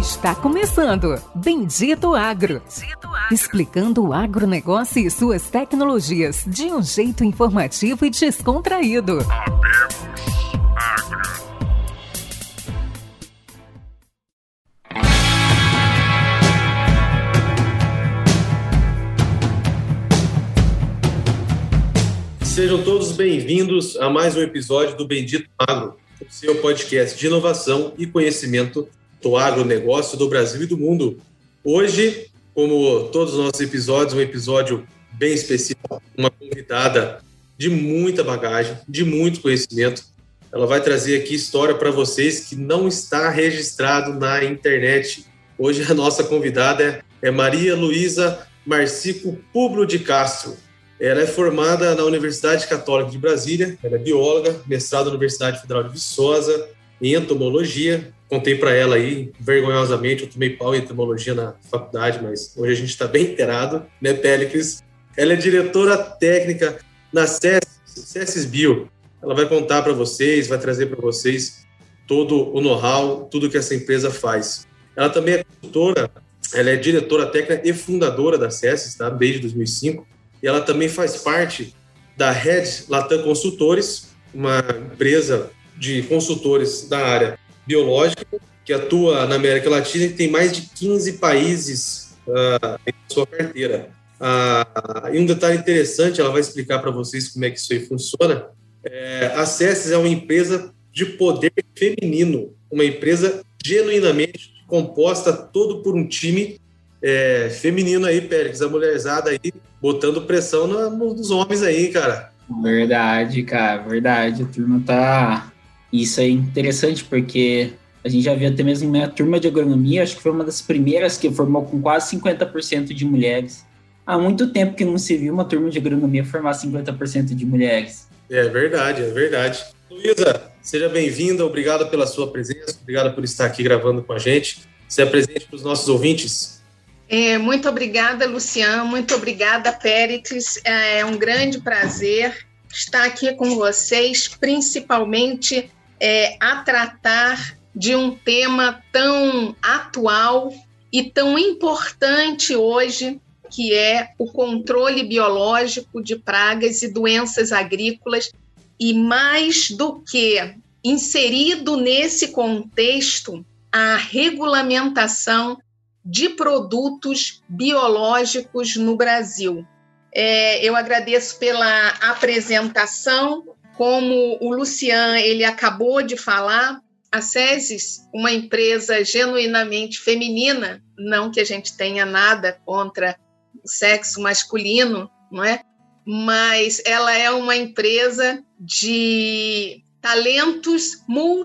Está começando Bendito Agro. Explicando o agronegócio e suas tecnologias de um jeito informativo e descontraído. Sejam todos bem-vindos a mais um episódio do Bendito Agro, o seu podcast de inovação e conhecimento do agronegócio do Brasil e do mundo. Hoje, como todos os nossos episódios, um episódio bem especial, uma convidada de muita bagagem, de muito conhecimento. Ela vai trazer aqui história para vocês que não está registrado na internet. Hoje a nossa convidada é Maria Luísa Marcico Publio de Castro. Ela é formada na Universidade Católica de Brasília, ela é bióloga, mestrado na Universidade Federal de Viçosa, em entomologia. Contei para ela aí, vergonhosamente, eu tomei pau em entomologia na faculdade, mas hoje a gente está bem inteirado, né, Péricles? Ela é diretora técnica na CESIS Bio. Ela vai contar para vocês, vai trazer para vocês todo o know-how, tudo que essa empresa faz. Ela também é consultora, ela é diretora técnica e fundadora da CESIS, tá? Desde 2005. E ela também faz parte da Red Latam Consultores, uma empresa de consultores da área biológica, que atua na América Latina e tem mais de 15 países em sua carteira. E um detalhe interessante, ela vai explicar para vocês como é que isso aí funciona. A CESIS é uma empresa de poder feminino, uma empresa genuinamente composta todo por um time feminino aí, Pérez, a mulherzada aí, botando pressão nos homens aí, cara. Verdade, cara, verdade. A turma tá... Isso é interessante, porque a gente já viu até mesmo minha turma de agronomia, acho que foi uma das primeiras que formou com quase 50% de mulheres. Há muito tempo que não se viu uma turma de agronomia formar 50% de mulheres. É verdade, é verdade. Luísa, seja bem-vinda, obrigado pela sua presença, obrigado por estar aqui gravando com a gente. Se apresente para os nossos ouvintes. Muito obrigada, Luciano, muito obrigada, Péricles. É um grande prazer estar aqui com vocês, principalmente a tratar de um tema tão atual e tão importante hoje, que é o controle biológico de pragas e doenças agrícolas, e mais do que inserido nesse contexto, a regulamentação de produtos biológicos no Brasil. Eu agradeço pela apresentação. Como o Luciano ele acabou de falar, a CESIS, uma empresa genuinamente feminina, não que a gente tenha nada contra o sexo masculino, não é? Mas ela é uma empresa de talentos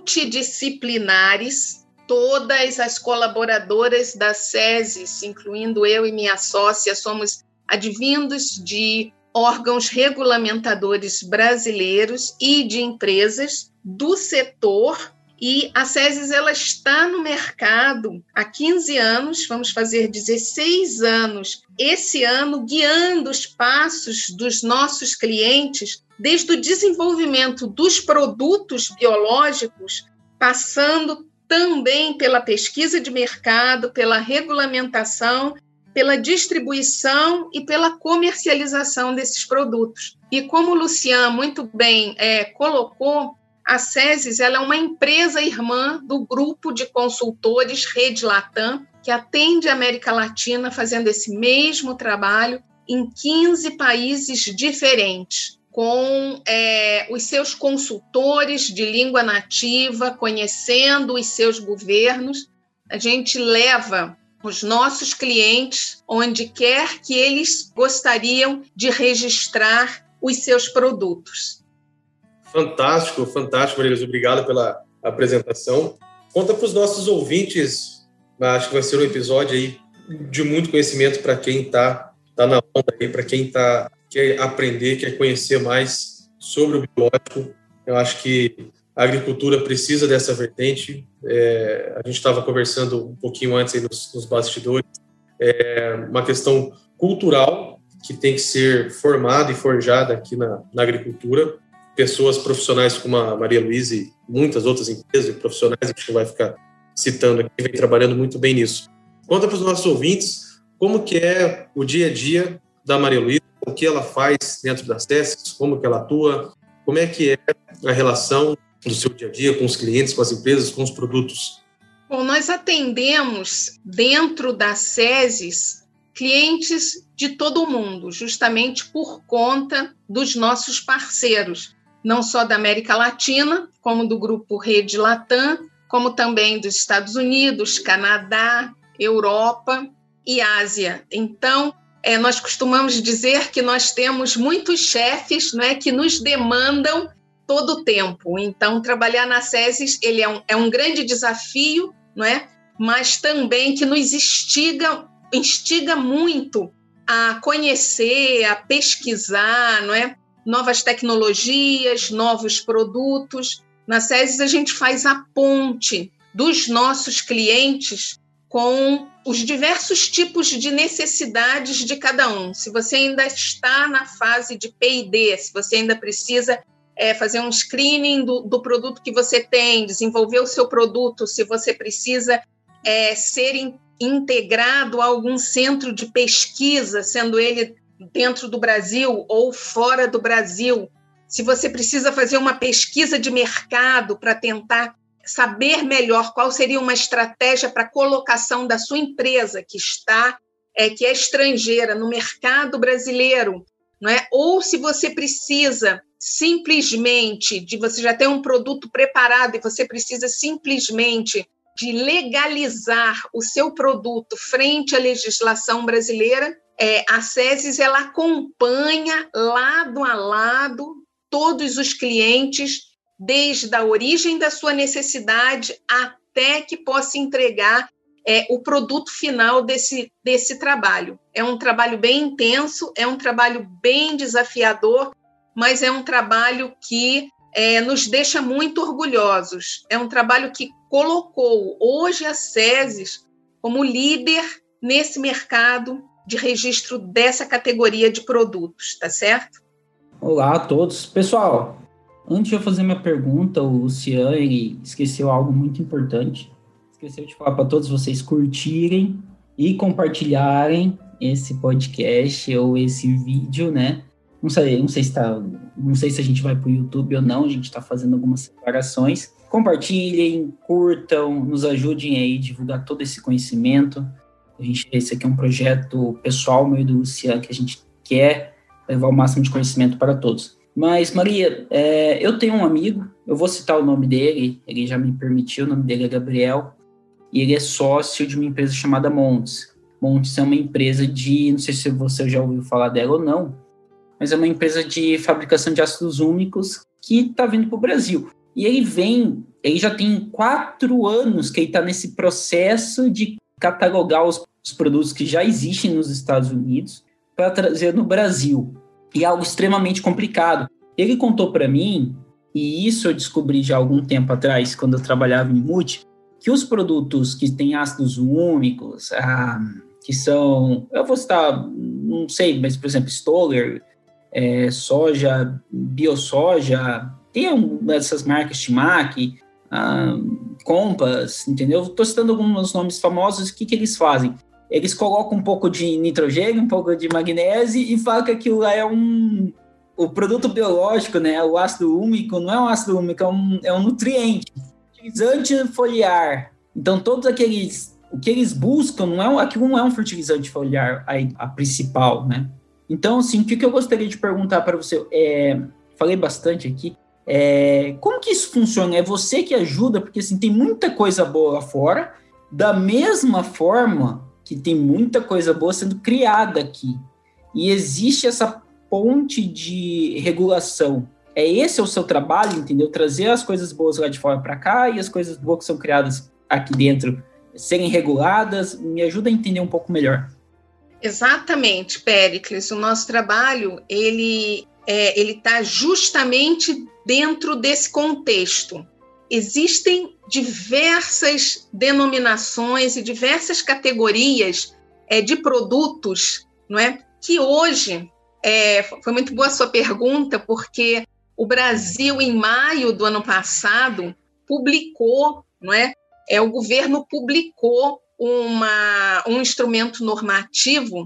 multidisciplinares. Todas as colaboradoras da CESIS, incluindo eu e minha sócia, somos advindos de órgãos regulamentadores brasileiros e de empresas do setor. E a CESIS ela está no mercado há 15 anos, vamos fazer 16 anos esse ano, guiando os passos dos nossos clientes, desde o desenvolvimento dos produtos biológicos, passando também pela pesquisa de mercado, pela regulamentação, pela distribuição e pela comercialização desses produtos. E como o Luciano muito bem colocou, a CESIS ela é uma empresa irmã do grupo de consultores Rede Latam, que atende a América Latina fazendo esse mesmo trabalho em 15 países diferentes, com os seus consultores de língua nativa, conhecendo os seus governos. A gente leva os nossos clientes onde quer que eles gostariam de registrar os seus produtos. Fantástico, fantástico, Maria. Obrigado pela apresentação. Conta para os nossos ouvintes, acho que vai ser um episódio aí de muito conhecimento para quem está na onda aí, para quem quer aprender, quer conhecer mais sobre o biológico. Eu acho que a agricultura precisa dessa vertente. A gente estava conversando um pouquinho antes aí nos bastidores. Uma questão cultural que tem que ser formada e forjada aqui na agricultura. Pessoas profissionais como a Maria Luísa e muitas outras empresas e profissionais, a gente não vai ficar citando aqui, vem trabalhando muito bem nisso. Conta para os nossos ouvintes como que é o dia a dia da Maria Luísa, o que ela faz dentro das SESC, como que ela atua, como é que é a relação do seu dia a dia com os clientes, com as empresas, com os produtos. Bom, nós atendemos dentro da SESC clientes de todo o mundo, justamente por conta dos nossos parceiros, não só da América Latina, como do grupo Rede Latam, como também dos Estados Unidos, Canadá, Europa e Ásia. Então, nós costumamos dizer que nós temos muitos chefes, não é, que nos demandam todo o tempo. Então, trabalhar na SESC ele é um grande desafio, não é? Mas também que nos instiga muito a conhecer, a pesquisar, não é? Novas tecnologias, novos produtos. Na SESC a gente faz a ponte dos nossos clientes com os diversos tipos de necessidades de cada um. Se você ainda está na fase de P&D, se você ainda precisa fazer um screening do produto que você tem, desenvolver o seu produto, se você precisa ser integrado a algum centro de pesquisa, sendo ele dentro do Brasil ou fora do Brasil, se você precisa fazer uma pesquisa de mercado para tentar saber melhor qual seria uma estratégia para a colocação da sua empresa que é estrangeira no mercado brasileiro, não é? Ou se você precisa simplesmente você já tem um produto preparado e você precisa simplesmente de legalizar o seu produto frente à legislação brasileira, a SESC ela acompanha lado a lado todos os clientes, desde a origem da sua necessidade até que possa entregar o produto final desse trabalho. É um trabalho bem intenso, é um trabalho bem desafiador, mas é um trabalho que nos deixa muito orgulhosos. É um trabalho que colocou hoje a SESC como líder nesse mercado de registro dessa categoria de produtos, tá certo? Olá a todos. Pessoal, antes de eu fazer minha pergunta, o Luciano ele esqueceu algo muito importante. Esqueceu de falar para todos vocês curtirem e compartilharem esse podcast ou esse vídeo, né? Não sei se a gente vai para o YouTube ou não, a gente está fazendo algumas separações. Compartilhem, curtam, nos ajudem aí a divulgar todo esse conhecimento. Esse aqui é um projeto pessoal meu e do Luciano, que a gente quer levar o máximo de conhecimento para todos. Mas, Maria, eu tenho um amigo, eu vou citar o nome dele, ele já me permitiu, o nome dele é Gabriel, e ele é sócio de uma empresa chamada Montes. Montes é uma empresa não sei se você já ouviu falar dela ou não, mas é uma empresa de fabricação de ácidos úmicos que está vindo para o Brasil. E ele já tem 4 anos que ele está nesse processo de catalogar os produtos que já existem nos Estados Unidos para trazer no Brasil. E é algo extremamente complicado. Ele contou para mim, e isso eu descobri já há algum tempo atrás, quando eu trabalhava em Multi, que os produtos que têm ácidos úmicos, que são, eu vou citar, não sei, mas, por exemplo, Stoller, soja, biosoja, tem essas marcas, Timac, Compass, entendeu? Estou citando alguns nomes famosos. O que eles fazem? Eles colocam um pouco de nitrogênio, um pouco de magnésio e falam que aquilo lá é o produto biológico, né? O ácido úmico não é um ácido úmico, é um nutriente, fertilizante foliar. Então, todos aqueles, o que eles buscam, aquilo não é um fertilizante foliar a principal, né? Então, assim, o que eu gostaria de perguntar para você, falei bastante aqui, como que isso funciona? É você que ajuda, porque assim, tem muita coisa boa lá fora, da mesma forma que tem muita coisa boa sendo criada aqui. E existe essa ponte de regulação. Esse é o seu trabalho, entendeu? Trazer as coisas boas lá de fora para cá e as coisas boas que são criadas aqui dentro serem reguladas. Me ajuda a entender um pouco melhor. Exatamente, Péricles. O nosso trabalho, ele está justamente dentro desse contexto. Existem diversas denominações e diversas categorias de produtos, não é? Que hoje, foi muito boa a sua pergunta, porque o Brasil, em maio do ano passado, publicou, não é, o governo publicou um instrumento normativo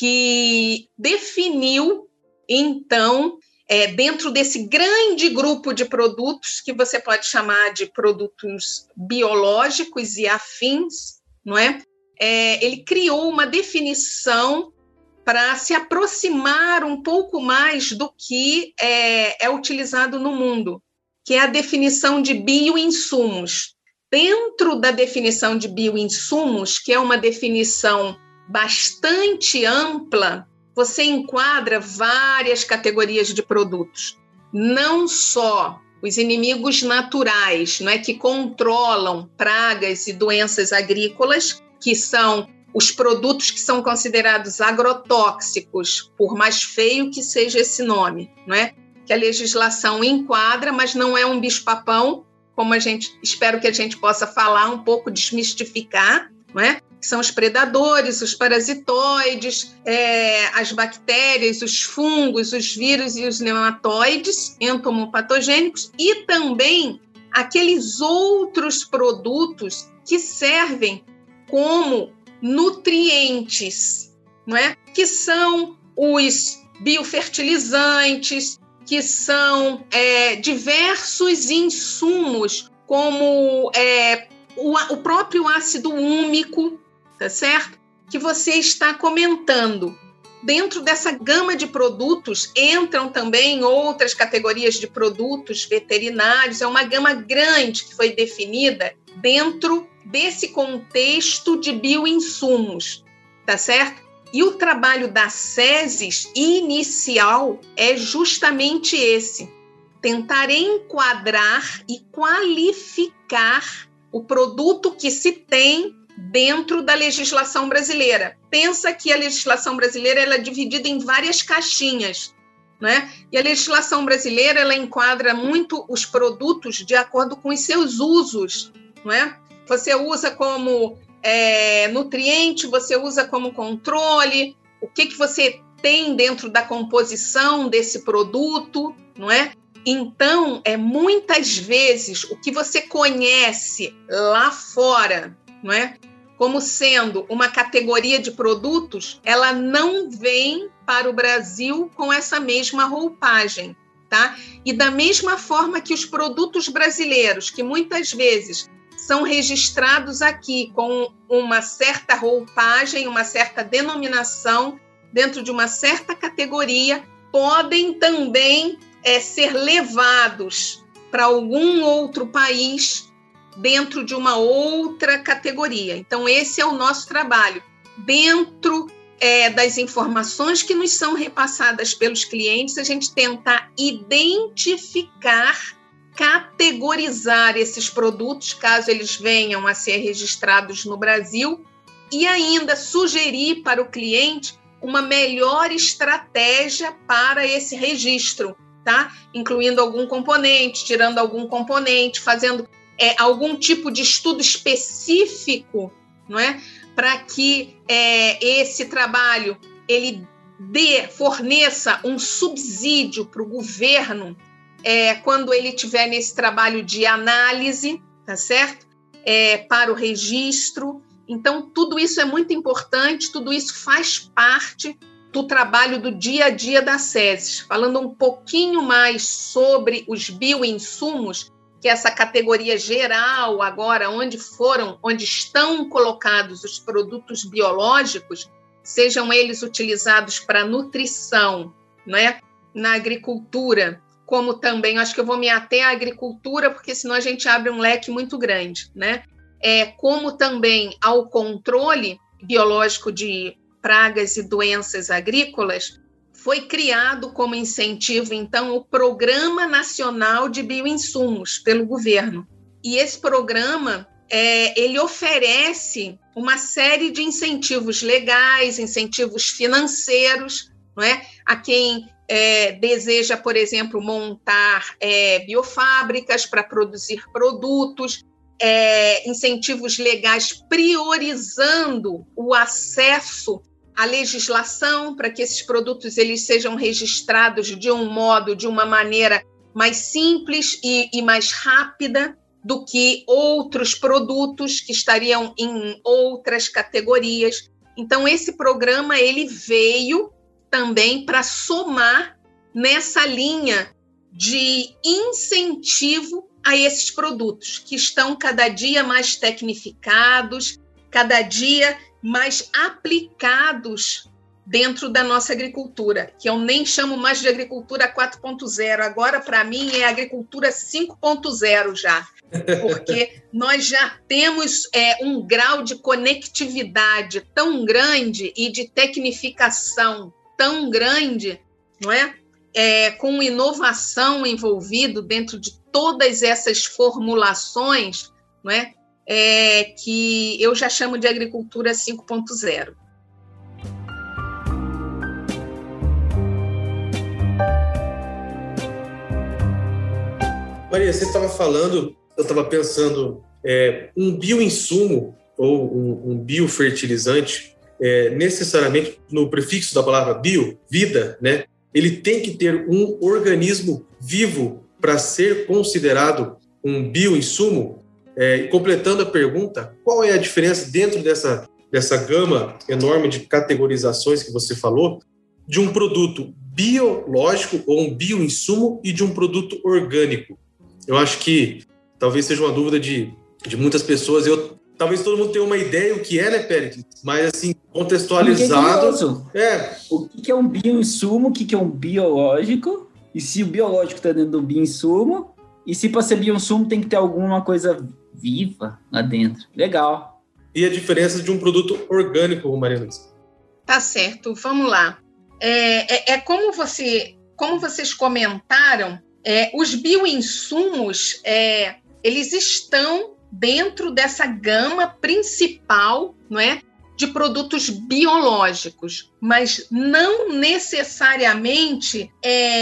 que definiu, então, dentro desse grande grupo de produtos, que você pode chamar de produtos biológicos e afins, não é? Ele criou uma definição para se aproximar um pouco mais do que é utilizado no mundo, que é a definição de bioinsumos. Dentro da definição de bioinsumos, que é uma definição bastante ampla, você enquadra várias categorias de produtos. Não só os inimigos naturais, não é, que controlam pragas e doenças agrícolas, que são os produtos que são considerados agrotóxicos, por mais feio que seja esse nome, não é? Que a legislação enquadra, mas não é um bicho-papão, como espero que a gente possa falar um pouco, desmistificar, não é? Que são os predadores, os parasitoides, as bactérias, os fungos, os vírus e os nematóides entomopatogênicos, e também aqueles outros produtos que servem como nutrientes, não é? Que são os biofertilizantes, que são diversos insumos, como o próprio ácido úmico, tá certo? Que você está comentando. Dentro dessa gama de produtos entram também outras categorias de produtos veterinários, é uma gama grande que foi definida dentro desse contexto de bioinsumos, tá certo? E o trabalho da SESES inicial é justamente esse, tentar enquadrar e qualificar o produto que se tem dentro da legislação brasileira. Pensa que a legislação brasileira ela é dividida em várias caixinhas, né? E a legislação brasileira ela enquadra muito os produtos de acordo com os seus usos, não é? Você usa como nutriente, você usa como controle, o que você tem dentro da composição desse produto, não é? Então, muitas vezes, o que você conhece lá fora, não é? Como sendo uma categoria de produtos, ela não vem para o Brasil com essa mesma roupagem, tá? E da mesma forma que os produtos brasileiros, que muitas vezes são registrados aqui com uma certa roupagem, uma certa denominação, dentro de uma certa categoria, podem também ser levados para algum outro país dentro de uma outra categoria. Então, esse é o nosso trabalho. Dentro das informações que nos são repassadas pelos clientes, a gente tentar identificar, categorizar esses produtos, caso eles venham a ser registrados no Brasil, e ainda sugerir para o cliente uma melhor estratégia para esse registro, tá? Incluindo algum componente, tirando algum componente, fazendo algum tipo de estudo específico, não é? Para que esse trabalho ele forneça um subsídio para o governo quando ele estiver nesse trabalho de análise, tá certo? Para o registro. Então, tudo isso é muito importante, tudo isso faz parte do trabalho do dia a dia da SESES. Falando um pouquinho mais sobre os bioinsumos, que é essa categoria geral agora, onde estão colocados os produtos biológicos, sejam eles utilizados para nutrição, né, na agricultura, como também, acho que eu vou me ater à agricultura, porque senão a gente abre um leque muito grande, né? Como também ao controle biológico de pragas e doenças agrícolas, foi criado como incentivo, então, o Programa Nacional de Bioinsumos pelo governo. E esse programa, ele oferece uma série de incentivos legais, incentivos financeiros, não é? A quem deseja, por exemplo, montar biofábricas para produzir produtos, incentivos legais priorizando o acesso à legislação para que esses produtos eles sejam registrados de um modo, de uma maneira mais simples e mais rápida, do que outros produtos que estariam em outras categorias. Então, esse programa ele veio também para somar nessa linha de incentivo a esses produtos, que estão cada dia mais tecnificados, cada dia mais aplicados dentro da nossa agricultura, que eu nem chamo mais de agricultura 4.0, agora, para mim, é agricultura 5.0 já, porque nós já temos um grau de conectividade tão grande e de tecnificação tão grande, não é? Com inovação envolvido dentro de todas essas formulações, não é? Que eu já chamo de agricultura 5.0. Maria, você estava falando, eu estava pensando, um bioinsumo ou um biofertilizante, necessariamente no prefixo da palavra bio, vida, né? Ele tem que ter um organismo vivo para ser considerado um bioinsumo. Completando a pergunta, qual é a diferença dentro dessa gama enorme de categorizações que você falou, de um produto biológico ou um bioinsumo e de um produto orgânico? Eu acho que talvez seja uma dúvida de muitas pessoas. Talvez todo mundo tenha uma ideia o que é, né, Péricles? Mas, assim, contextualizado... O que é um bioinsumo, o que é um biológico, e se o biológico está dentro do bioinsumo, e se para ser bioinsumo tem que ter alguma coisa viva lá dentro. Legal. E a diferença de um produto orgânico, Maria Luísa? Tá certo, vamos lá. Como vocês comentaram, os bioinsumos, eles estão dentro dessa gama principal, não é, de produtos biológicos, mas não necessariamente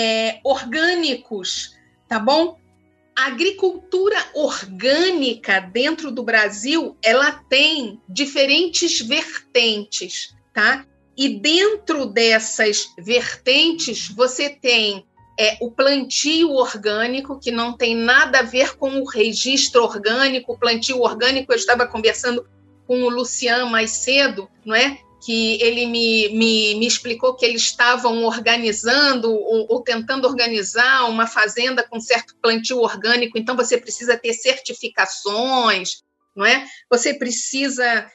orgânicos, tá bom? A agricultura orgânica dentro do Brasil, ela tem diferentes vertentes, tá? E dentro dessas vertentes, você tem o plantio orgânico, que não tem nada a ver com o registro orgânico. O plantio orgânico, eu estava conversando com o Luciano mais cedo, não é? Que ele me explicou que eles estavam organizando ou tentando organizar uma fazenda com certo plantio orgânico, então você precisa ter certificações, não é? Você precisa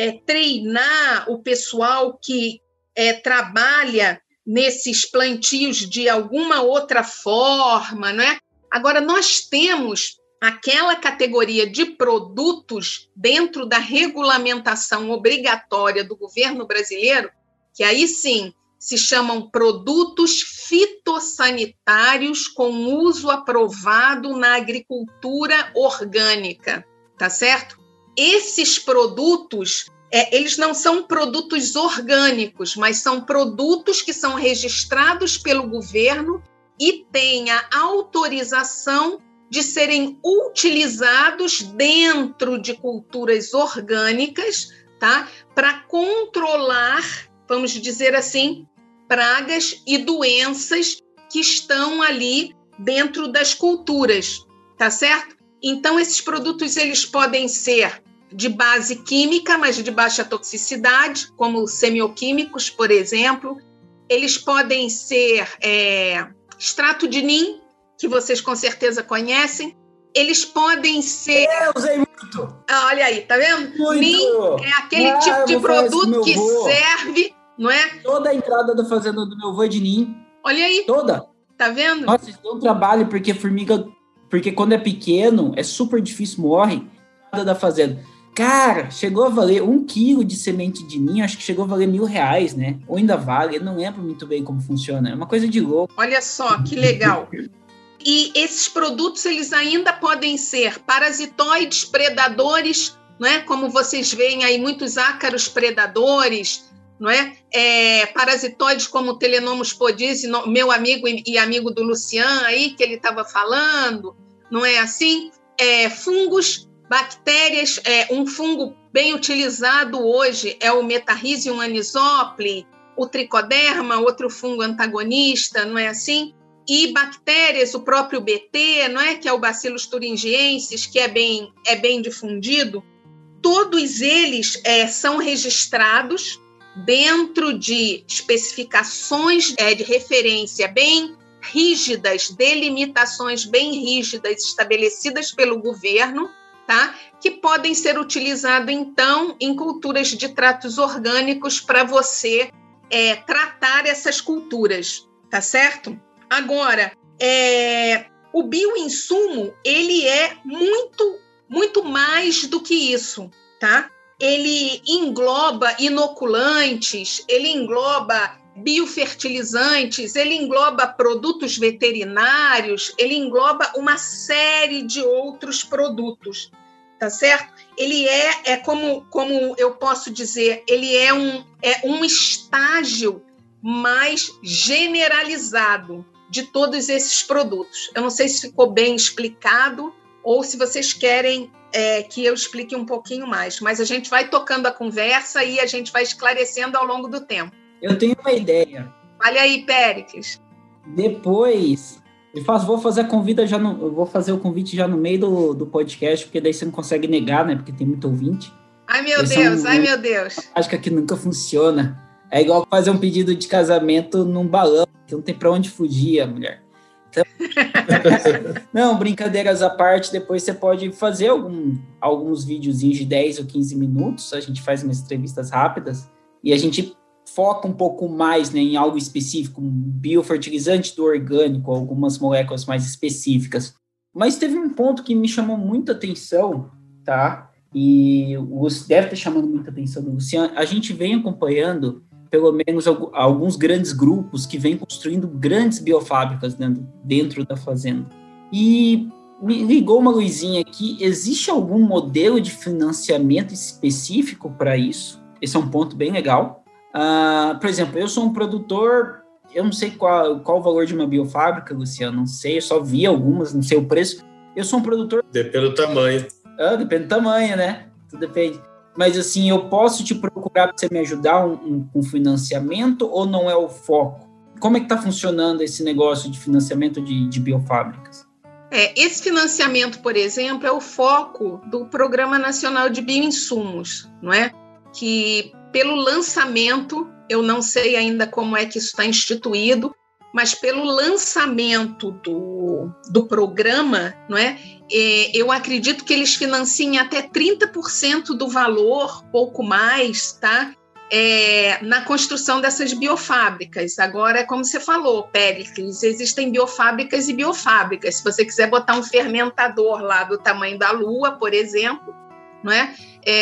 treinar o pessoal que trabalha nesses plantios de alguma outra forma, não é? Agora, nós temos aquela categoria de produtos dentro da regulamentação obrigatória do governo brasileiro, que aí sim se chamam produtos fitossanitários com uso aprovado na agricultura orgânica, tá certo? Esses produtos, eles não são produtos orgânicos, mas são produtos que são registrados pelo governo e têm a autorização de serem utilizados dentro de culturas orgânicas, tá? Para controlar, vamos dizer assim, pragas e doenças que estão ali dentro das culturas, tá certo? Então, esses produtos, eles podem ser de base química, mas de baixa toxicidade, como semioquímicos, por exemplo. Eles podem ser extrato de NIM, que vocês com certeza conhecem. Eles podem ser... Eu usei muito! Olha aí, tá vendo? Muito. NIM é aquele tipo de produto que serve, não é? Toda a entrada da fazenda do meu avô é de NIM. Olha aí. Toda. Tá vendo? Nossa, isso dá um trabalho, porque formiga... Porque quando é pequeno, é super difícil, morre. Nada da fazenda. Cara, chegou a valer 1 quilo de semente de ninho, acho que chegou a valer R$1.000, né? Ou ainda vale, eu não lembro muito bem como funciona. É uma coisa de louco. Olha só, que legal. E esses produtos, eles ainda podem ser parasitoides, predadores, não é? Como vocês veem aí, muitos ácaros predadores, não é? Parasitoides como o Telenomus podisi, meu amigo e amigo do Luciano aí, que ele estava falando, não é assim? Fungos, bactérias, um fungo bem utilizado hoje é o Metarrhizium anisopli, o tricoderma, outro fungo antagonista, não é assim? e bactérias, o próprio BT, não é? Que é o Bacillus thuringiensis, que é bem difundido, todos eles são registrados dentro de especificações de referência bem rígidas, delimitações bem rígidas estabelecidas pelo governo, tá? Que podem ser utilizados, então, em culturas de tratos orgânicos para você tratar essas culturas, tá certo? Agora, o bioinsumo, ele é muito mais do que isso, tá? Ele engloba inoculantes, ele engloba biofertilizantes, ele engloba produtos veterinários, ele engloba uma série de outros produtos, tá certo? Ele como eu posso dizer, ele é um estágio mais generalizado de todos esses produtos. Eu não sei se ficou bem explicado ou se vocês querem que eu explique um pouquinho mais, mas a gente vai tocando a conversa e a gente vai esclarecendo ao longo do tempo. Eu tenho uma ideia. Olha aí, Péricles. Depois, vou fazer o convite já no meio do podcast, porque daí você não consegue negar, né? Porque tem muito ouvinte. Ai, meu Deus. Acho que nunca funciona. É igual fazer um pedido de casamento num balão, que não tem pra onde fugir a mulher. Então... Não, brincadeiras à parte, depois você pode fazer alguns videozinhos de 10 ou 15 minutos, a gente faz umas entrevistas rápidas, e a gente foca um pouco mais, né, em algo específico, um biofertilizante do orgânico, algumas moléculas mais específicas. Mas teve um ponto que me chamou muita atenção, tá? E deve ter chamado muita atenção do Luciano. A gente vem acompanhando pelo menos alguns grandes grupos que vêm construindo grandes biofábricas dentro da fazenda. E me ligou uma luzinha aqui, existe algum modelo de financiamento específico para isso? Esse é um ponto bem legal. Por exemplo, eu sou um produtor, eu não sei qual o valor de uma biofábrica, Luciano, não sei, eu só vi algumas, não sei o preço. Eu sou um produtor... Depende do tamanho. Depende do tamanho, né? Tudo depende. Mas, assim, eu posso te procurar para você me ajudar com financiamento ou não é o foco? Como é que está funcionando esse negócio de financiamento de biofábricas? Esse financiamento, por exemplo, é o foco do Programa Nacional de Bioinsumos, não é? Que, pelo lançamento, eu não sei ainda como é que isso está instituído, mas pelo lançamento do programa, não é? Eu acredito que eles financiem até 30% do valor, pouco mais, tá? Na construção dessas biofábricas. Agora, como você falou, Péricles, existem biofábricas e biofábricas. Se você quiser botar um fermentador lá do tamanho da Lua, por exemplo, não é?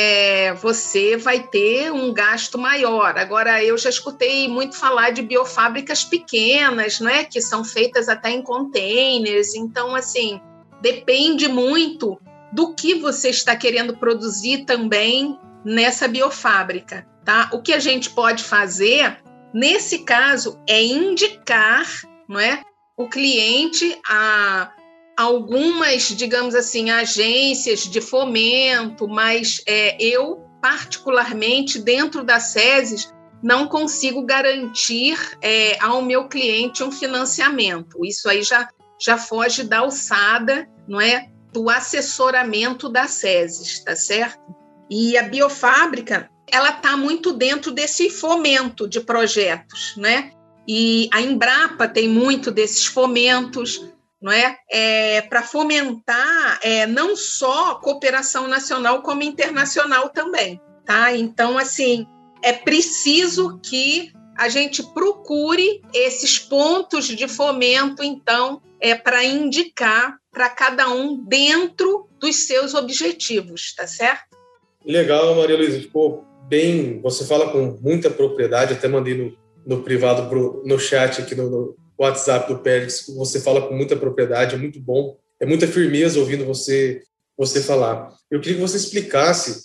Você vai ter um gasto maior. Agora, eu já escutei muito falar de biofábricas pequenas, não é? Que são feitas até em containers. Então, assim, depende muito do que você está querendo produzir também nessa biofábrica, tá? O que a gente pode fazer, nesse caso, é indicar, não é, o cliente a algumas, digamos assim, agências de fomento, mas eu, particularmente, dentro da SESES, não consigo garantir ao meu cliente um financiamento. Isso aí já foge da alçada, não é, do assessoramento da SESES, tá certo? E a biofábrica, ela está muito dentro desse fomento de projetos, né? E a Embrapa tem muito desses fomentos, não é? Para fomentar não só cooperação nacional, como internacional também, tá? Então, assim, é preciso que a gente procure esses pontos de fomento, então, para indicar para cada um dentro dos seus objetivos, tá certo? Legal, Maria Luísa, ficou bem, você fala com muita propriedade, até mandei no privado, no chat aqui no WhatsApp do Pérez, você fala com muita propriedade, é muito bom, é muita firmeza ouvindo você falar. Eu queria que você explicasse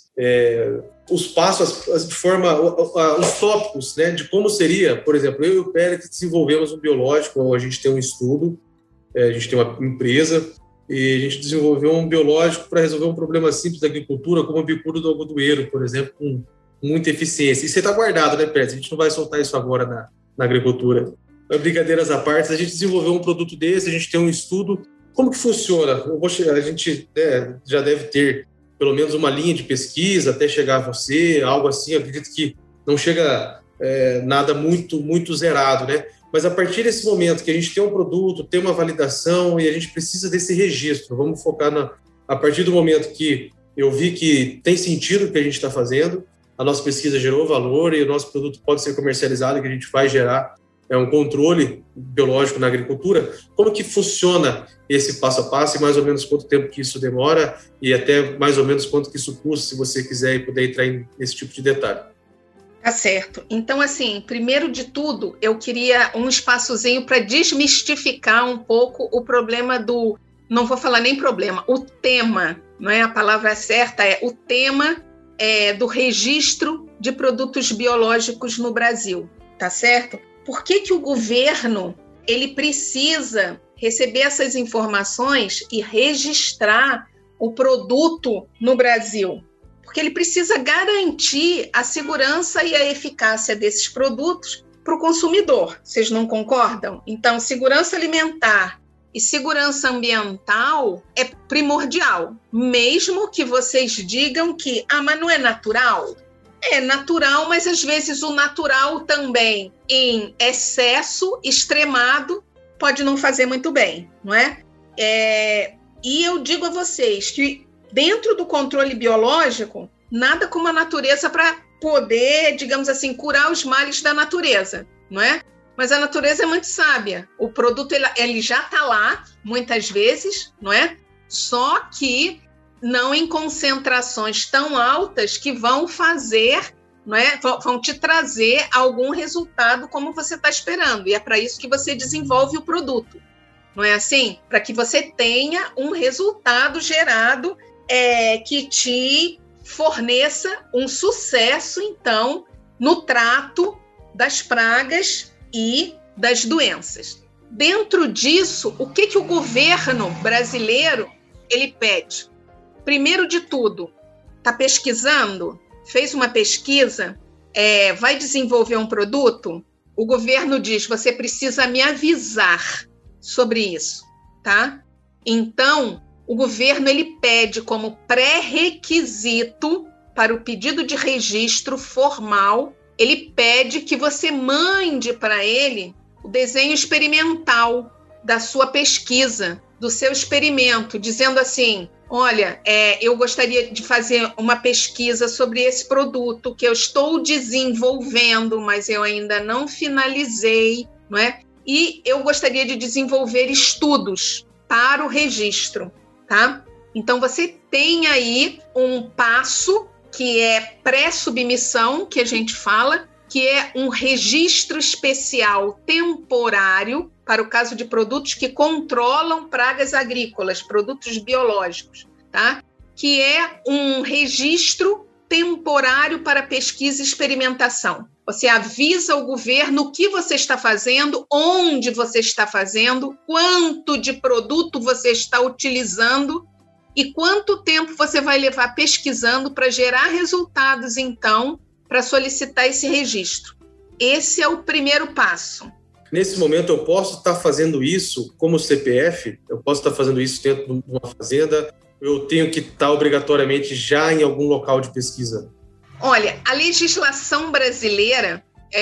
os passos, de forma, os tópicos, né, de como seria, por exemplo, eu e o Pérez desenvolvemos um biológico, a gente tem um estudo, a gente tem uma empresa, e a gente desenvolveu um biológico para resolver um problema simples da agricultura, como a bicuda do algodoeiro, por exemplo, com muita eficiência. E você está guardado, né, Pérez? A gente não vai soltar isso agora na agricultura. brincadeiras à parte, a gente desenvolveu um produto desse, a gente tem um estudo. Como que funciona? A gente já deve ter pelo menos uma linha de pesquisa até chegar a você, algo assim. Eu acredito que não chega nada muito zerado, né? Mas a partir desse momento que a gente tem um produto, tem uma validação e a gente precisa desse registro, vamos focar a partir do momento que eu vi que tem sentido o que a gente está fazendo, a nossa pesquisa gerou valor e o nosso produto pode ser comercializado, que a gente vai gerar um controle biológico na agricultura. Como que funciona esse passo a passo e mais ou menos quanto tempo que isso demora e até mais ou menos quanto que isso custa, se você quiser e puder entrar nesse tipo de detalhe? Tá certo. Então, assim, primeiro de tudo, eu queria um espaçozinho para desmistificar um pouco o problema não vou falar nem problema, o tema, não é a palavra certa, o tema do registro de produtos biológicos no Brasil, tá certo? Por que o governo ele precisa receber essas informações e registrar o produto no Brasil? Porque ele precisa garantir a segurança e a eficácia desses produtos para o consumidor. Vocês não concordam? Então, segurança alimentar e segurança ambiental é primordial. Mesmo que vocês digam que, mas não é natural? É natural, mas às vezes o natural também, em excesso, extremado, pode não fazer muito bem, não é? E eu digo a vocês que dentro do controle biológico, nada como a natureza para poder, digamos assim, curar os males da natureza, não é? Mas a natureza é muito sábia. O produto ele já está lá, muitas vezes, não é? Só que não em concentrações tão altas que vão fazer, não é? Vão te trazer algum resultado como você está esperando. E é para isso que você desenvolve o produto. Não é assim? Para que você tenha um resultado gerado que te forneça um sucesso, então, no trato das pragas e das doenças. Dentro disso, o que o governo brasileiro ele pede? Primeiro de tudo, está pesquisando, fez uma pesquisa, vai desenvolver um produto, o governo diz, você precisa me avisar sobre isso, tá? Então, o governo ele pede como pré-requisito para o pedido de registro formal, ele pede que você mande para ele o desenho experimental da sua pesquisa, do seu experimento, dizendo assim, olha, eu gostaria de fazer uma pesquisa sobre esse produto que eu estou desenvolvendo, mas eu ainda não finalizei, não é? E eu gostaria de desenvolver estudos para o registro, tá? Então, você tem aí um passo que é pré-submissão, que a gente fala, que é um registro especial temporário para o caso de produtos que controlam pragas agrícolas, produtos biológicos, tá? Que é um registro temporário para pesquisa e experimentação. Você avisa o governo o que você está fazendo, onde você está fazendo, quanto de produto você está utilizando e quanto tempo você vai levar pesquisando para gerar resultados, então, para solicitar esse registro. Esse é o primeiro passo. Nesse momento, eu posso estar fazendo isso como CPF? Eu posso estar fazendo isso dentro de uma fazenda? Eu tenho que estar obrigatoriamente já em algum local de pesquisa? Olha, a legislação brasileira,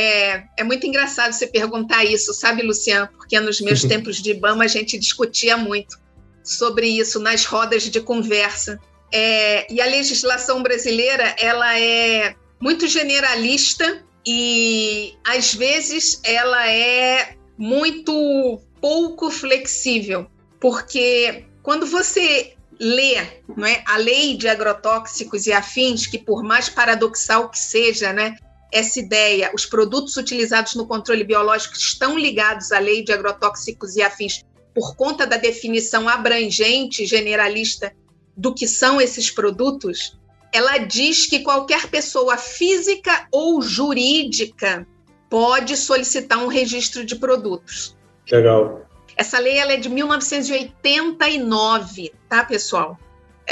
é muito engraçado você perguntar isso, sabe, Luciano? Porque nos meus tempos de IBAMA a gente discutia muito sobre isso nas rodas de conversa. E a legislação brasileira, ela é muito generalista e, às vezes, ela é muito pouco flexível, porque quando você lê, não é, a lei de agrotóxicos e afins, que por mais paradoxal que seja, né, essa ideia, os produtos utilizados no controle biológico estão ligados à lei de agrotóxicos e afins por conta da definição abrangente, generalista do que são esses produtos, ela diz que qualquer pessoa física ou jurídica pode solicitar um registro de produtos. Legal. Essa lei ela é de 1989, tá, pessoal?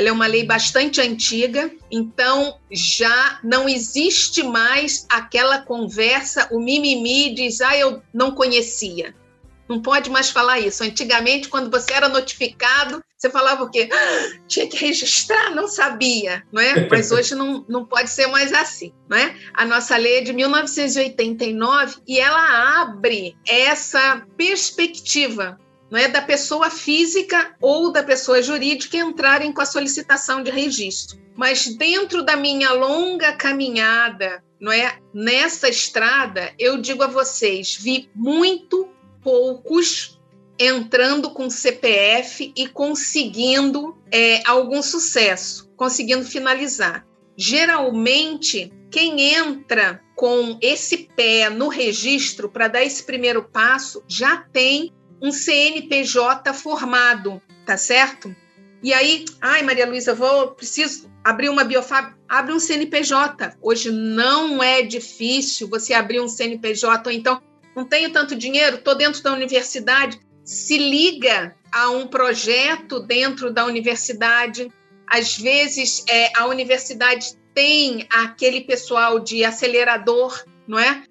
ela é uma lei bastante antiga, então já não existe mais aquela conversa, o mimimi diz, eu não conhecia. Não pode mais falar isso. Antigamente, quando você era notificado, você falava o quê? Tinha que registrar, não sabia, não é? Mas hoje não pode ser mais assim, não é? A nossa lei é de 1989 e ela abre essa perspectiva, não é, da pessoa física ou da pessoa jurídica entrarem com a solicitação de registro. Mas dentro da minha longa caminhada, não é, nessa estrada, eu digo a vocês, vi muito poucos entrando com CPF e conseguindo algum sucesso, conseguindo finalizar. Geralmente, quem entra com esse pé no registro para dar esse primeiro passo já tem um CNPJ formado, tá certo? E aí, Maria Luísa, preciso abrir uma biofábrica. Abre um CNPJ. Hoje não é difícil você abrir um CNPJ, ou então, não tenho tanto dinheiro, estou dentro da universidade, se liga a um projeto dentro da universidade. Às vezes, a universidade tem aquele pessoal de acelerador, não é?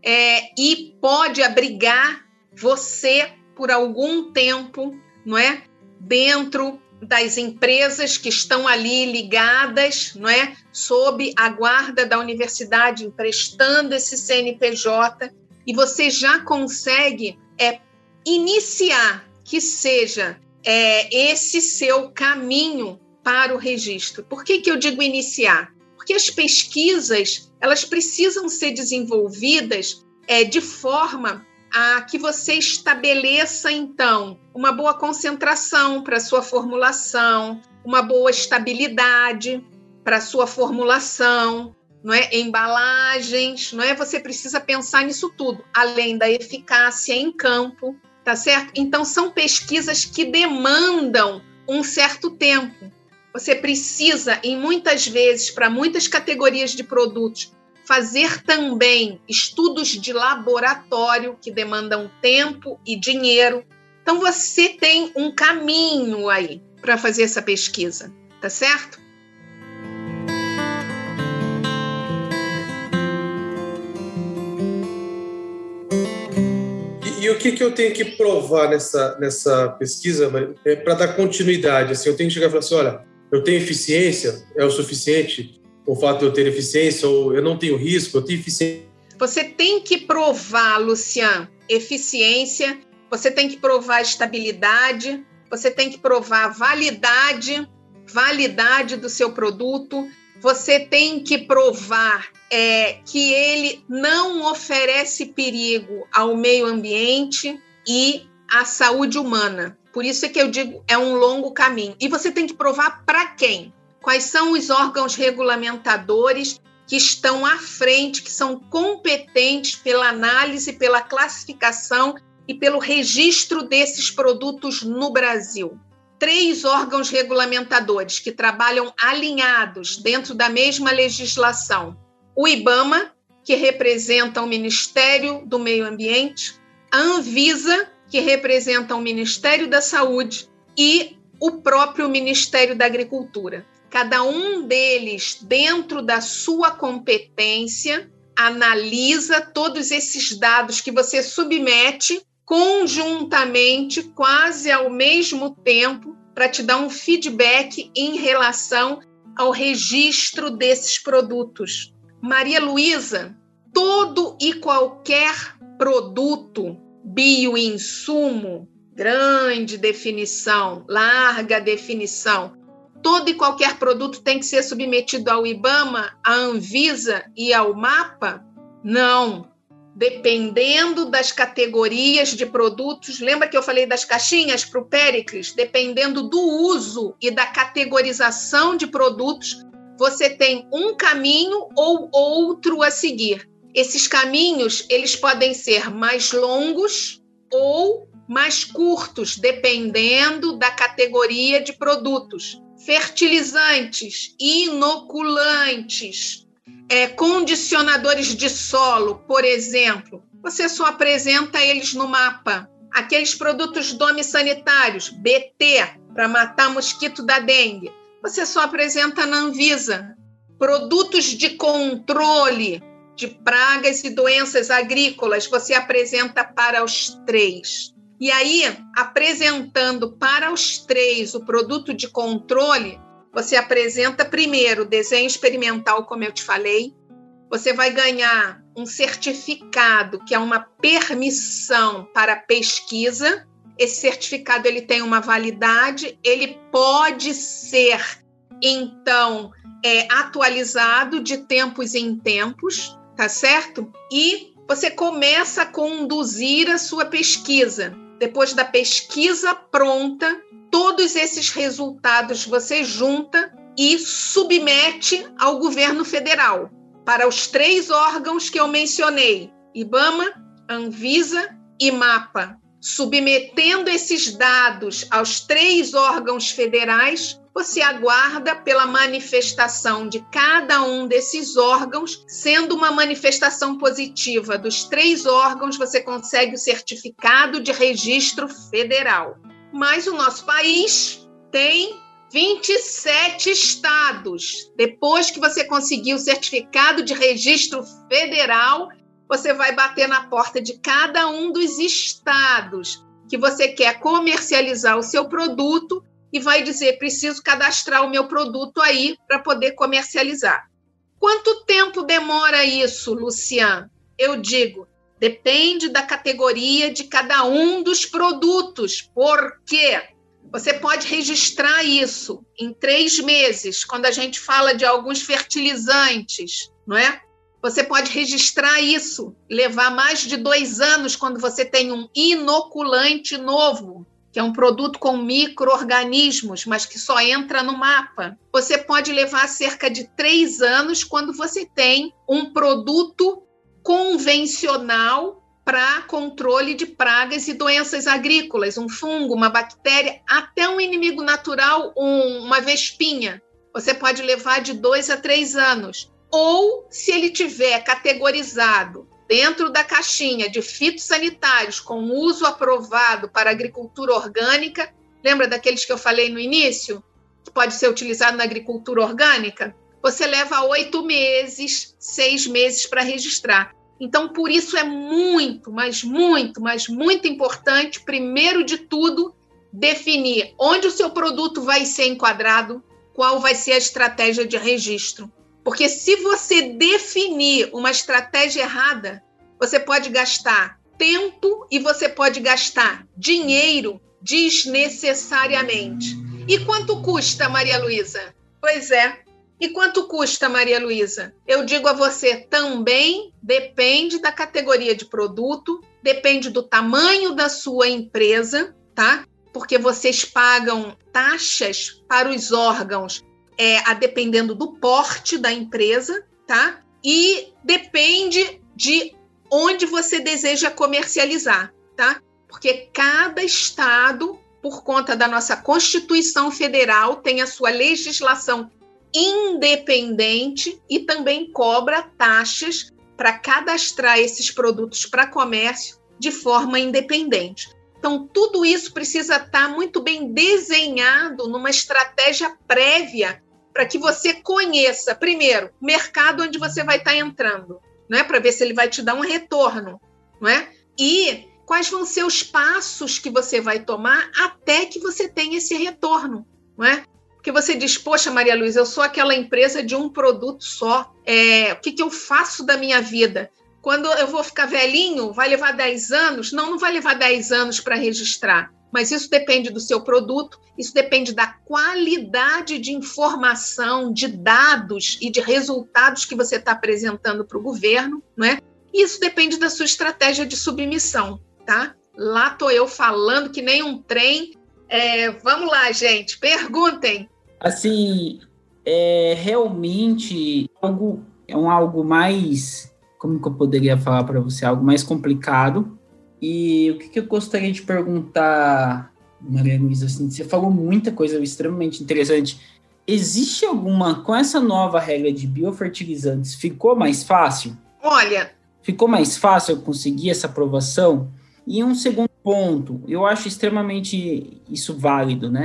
E pode abrigar você por algum tempo, não é? Dentro das empresas que estão ali ligadas, não é? Sob a guarda da universidade, emprestando esse CNPJ, e você já consegue iniciar que seja esse seu caminho para o registro. Por que eu digo iniciar? Porque as pesquisas, elas precisam ser desenvolvidas de forma a que você estabeleça, então, uma boa concentração para a sua formulação, uma boa estabilidade para a sua formulação, não é? Embalagens, não é? Você precisa pensar nisso tudo, além da eficácia em campo, tá certo? Então, são pesquisas que demandam um certo tempo. Você precisa, e muitas vezes, para muitas categorias de produtos, fazer também estudos de laboratório que demandam tempo e dinheiro. Então, você tem um caminho aí para fazer essa pesquisa, tá certo? E o que eu tenho que provar nessa pesquisa para dar continuidade? Assim, eu tenho que chegar e falar assim, olha, eu tenho eficiência, é o suficiente? O fato de eu ter eficiência, ou eu não tenho risco, eu tenho eficiência. Você tem que provar, Lucian, eficiência, você tem que provar estabilidade, você tem que provar validade do seu produto, você tem que provar que ele não oferece perigo ao meio ambiente e à saúde humana. Por isso é que eu digo, é um longo caminho. E você tem que provar para quem? Quais são os órgãos regulamentadores que estão à frente, que são competentes pela análise, pela classificação e pelo registro desses produtos no Brasil? 3 órgãos regulamentadores que trabalham alinhados dentro da mesma legislação. O IBAMA, que representa o Ministério do Meio Ambiente, a Anvisa, que representa o Ministério da Saúde, e o próprio Ministério da Agricultura. Cada um deles, dentro da sua competência, analisa todos esses dados que você submete conjuntamente, quase ao mesmo tempo, para te dar um feedback em relação ao registro desses produtos. Maria Luísa, todo e qualquer produto, bioinsumo, grande definição, larga definição, todo e qualquer produto tem que ser submetido ao IBAMA, à Anvisa e ao MAPA? Não. Dependendo das categorias de produtos, lembra que eu falei das caixinhas para o Péricles? Dependendo do uso e da categorização de produtos, você tem um caminho ou outro a seguir. Esses caminhos, eles podem ser mais longos ou mais curtos, dependendo da categoria de produtos. Fertilizantes, inoculantes, condicionadores de solo, por exemplo, você só apresenta eles no mapa. Aqueles produtos domissanitários, BT, para matar mosquito da dengue, você só apresenta na Anvisa. Produtos de controle de pragas e doenças agrícolas, você apresenta para os 3. E aí, apresentando para os 3 o produto de controle, você apresenta primeiro o desenho experimental, como eu te falei. Você vai ganhar um certificado, que é uma permissão para pesquisa. Esse certificado ele tem uma validade, ele pode ser, então, atualizado de tempos em tempos, tá certo? E você começa a conduzir a sua pesquisa. Depois da pesquisa pronta, todos esses resultados você junta e submete ao governo federal, para os 3 órgãos que eu mencionei, IBAMA, Anvisa e MAPA. Submetendo esses dados aos 3 órgãos federais, você aguarda pela manifestação de cada um desses órgãos. Sendo uma manifestação positiva dos 3 órgãos, você consegue o certificado de registro federal. Mas o nosso país tem 27 estados. Depois que você conseguir o certificado de registro federal, você vai bater na porta de cada um dos estados que você quer comercializar o seu produto e vai dizer, preciso cadastrar o meu produto aí para poder comercializar. Quanto tempo demora isso, Lucian? Eu digo, depende da categoria de cada um dos produtos. Por quê? Você pode registrar isso em 3 meses, quando a gente fala de alguns fertilizantes, não é? Você pode registrar isso, levar mais de 2 anos quando você tem um inoculante novo, que é um produto com micro-organismos, mas que só entra no mapa. Você pode levar cerca de 3 anos quando você tem um produto convencional para controle de pragas e doenças agrícolas, um fungo, uma bactéria, até um inimigo natural, uma vespinha. Você pode levar de 2 a 3 anos. Ou, se ele tiver categorizado dentro da caixinha de fitossanitários com uso aprovado para agricultura orgânica, lembra daqueles que eu falei no início? Que pode ser utilizado na agricultura orgânica? Você leva 8 meses, 6 meses para registrar. Então, por isso é muito, mas muito importante, primeiro de tudo, definir onde o seu produto vai ser enquadrado, qual vai ser a estratégia de registro. Porque se você definir uma estratégia errada, você pode gastar tempo e você pode gastar dinheiro desnecessariamente. E quanto custa, Maria Luísa? Pois é. E quanto custa, Maria Luísa? Eu digo a você, também depende da categoria de produto, depende do tamanho da sua empresa, tá? Porque vocês pagam taxas para os órgãos dependendo do porte da empresa, tá? E depende de onde você deseja comercializar, tá? Porque cada estado, por conta da nossa Constituição Federal, tem a sua legislação independente e também cobra taxas para cadastrar esses produtos para comércio de forma independente. Então, tudo isso precisa estar muito bem desenhado numa estratégia prévia para que você conheça, primeiro, o mercado onde você vai estar entrando, não é? Para ver se ele vai te dar um retorno, não é? E quais vão ser os passos que você vai tomar até que você tenha esse retorno, não é? Porque você diz, poxa, Maria Luísa, eu sou aquela empresa de um produto só, o que eu faço da minha vida? Quando eu vou ficar velhinho, vai levar 10 anos? Não vai levar 10 anos para registrar. Mas isso depende do seu produto, isso depende da qualidade de informação, de dados e de resultados que você está apresentando para o governo, não é? E isso depende da sua estratégia de submissão, tá? Lá estou eu falando que nem um trem. Vamos lá, gente, perguntem. Assim, realmente algo mais, como que eu poderia falar para você, algo mais complicado. E o que eu gostaria de perguntar, Maria Luísa, assim, você falou muita coisa extremamente interessante. Existe alguma, com essa nova regra de biofertilizantes, ficou mais fácil? Olha... Ficou mais fácil eu conseguir essa aprovação? E um segundo ponto, eu acho extremamente isso válido, né?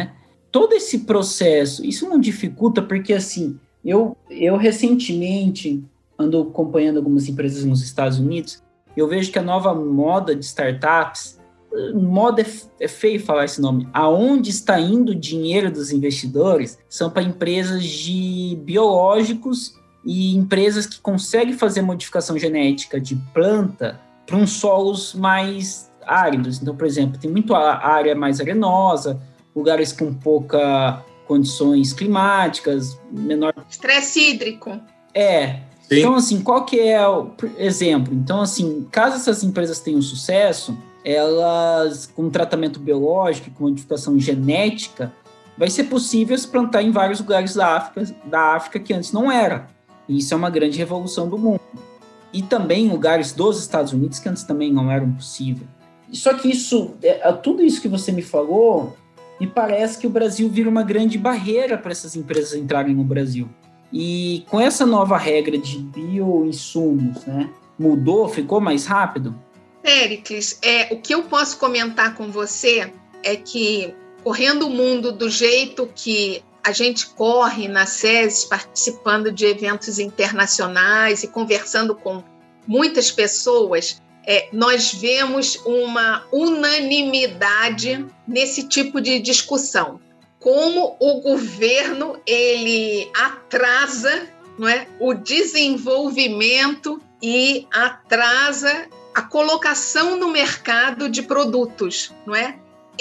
todo esse processo, isso não dificulta, porque assim, eu recentemente ando acompanhando algumas empresas nos Estados Unidos, eu vejo que a nova moda de startups, moda é feio falar esse nome, aonde está indo o dinheiro dos investidores são para empresas de biológicos e empresas que conseguem fazer modificação genética de planta para uns solos mais áridos. Então, por exemplo, tem muito área mais arenosa, lugares com pouca condições climáticas, menor... Estresse hídrico. Sim. Então, assim, qual que é o exemplo? Então, assim, caso essas empresas tenham sucesso, elas, com tratamento biológico, com modificação genética, vai ser possível se plantar em vários lugares da África que antes não era. E isso é uma grande revolução do mundo. E também em lugares dos Estados Unidos que antes também não eram possível. Só que tudo isso que você me falou, me parece que o Brasil vira uma grande barreira para essas empresas entrarem no Brasil. E com essa nova regra de bioinsumos, né, mudou, ficou mais rápido? Péricles, o que eu posso comentar com você é que, correndo o mundo do jeito que a gente corre na SESI, participando de eventos internacionais e conversando com muitas pessoas, nós vemos uma unanimidade nesse tipo de discussão. Como o governo ele atrasa, não é, o desenvolvimento e atrasa a colocação no mercado de produtos, não é?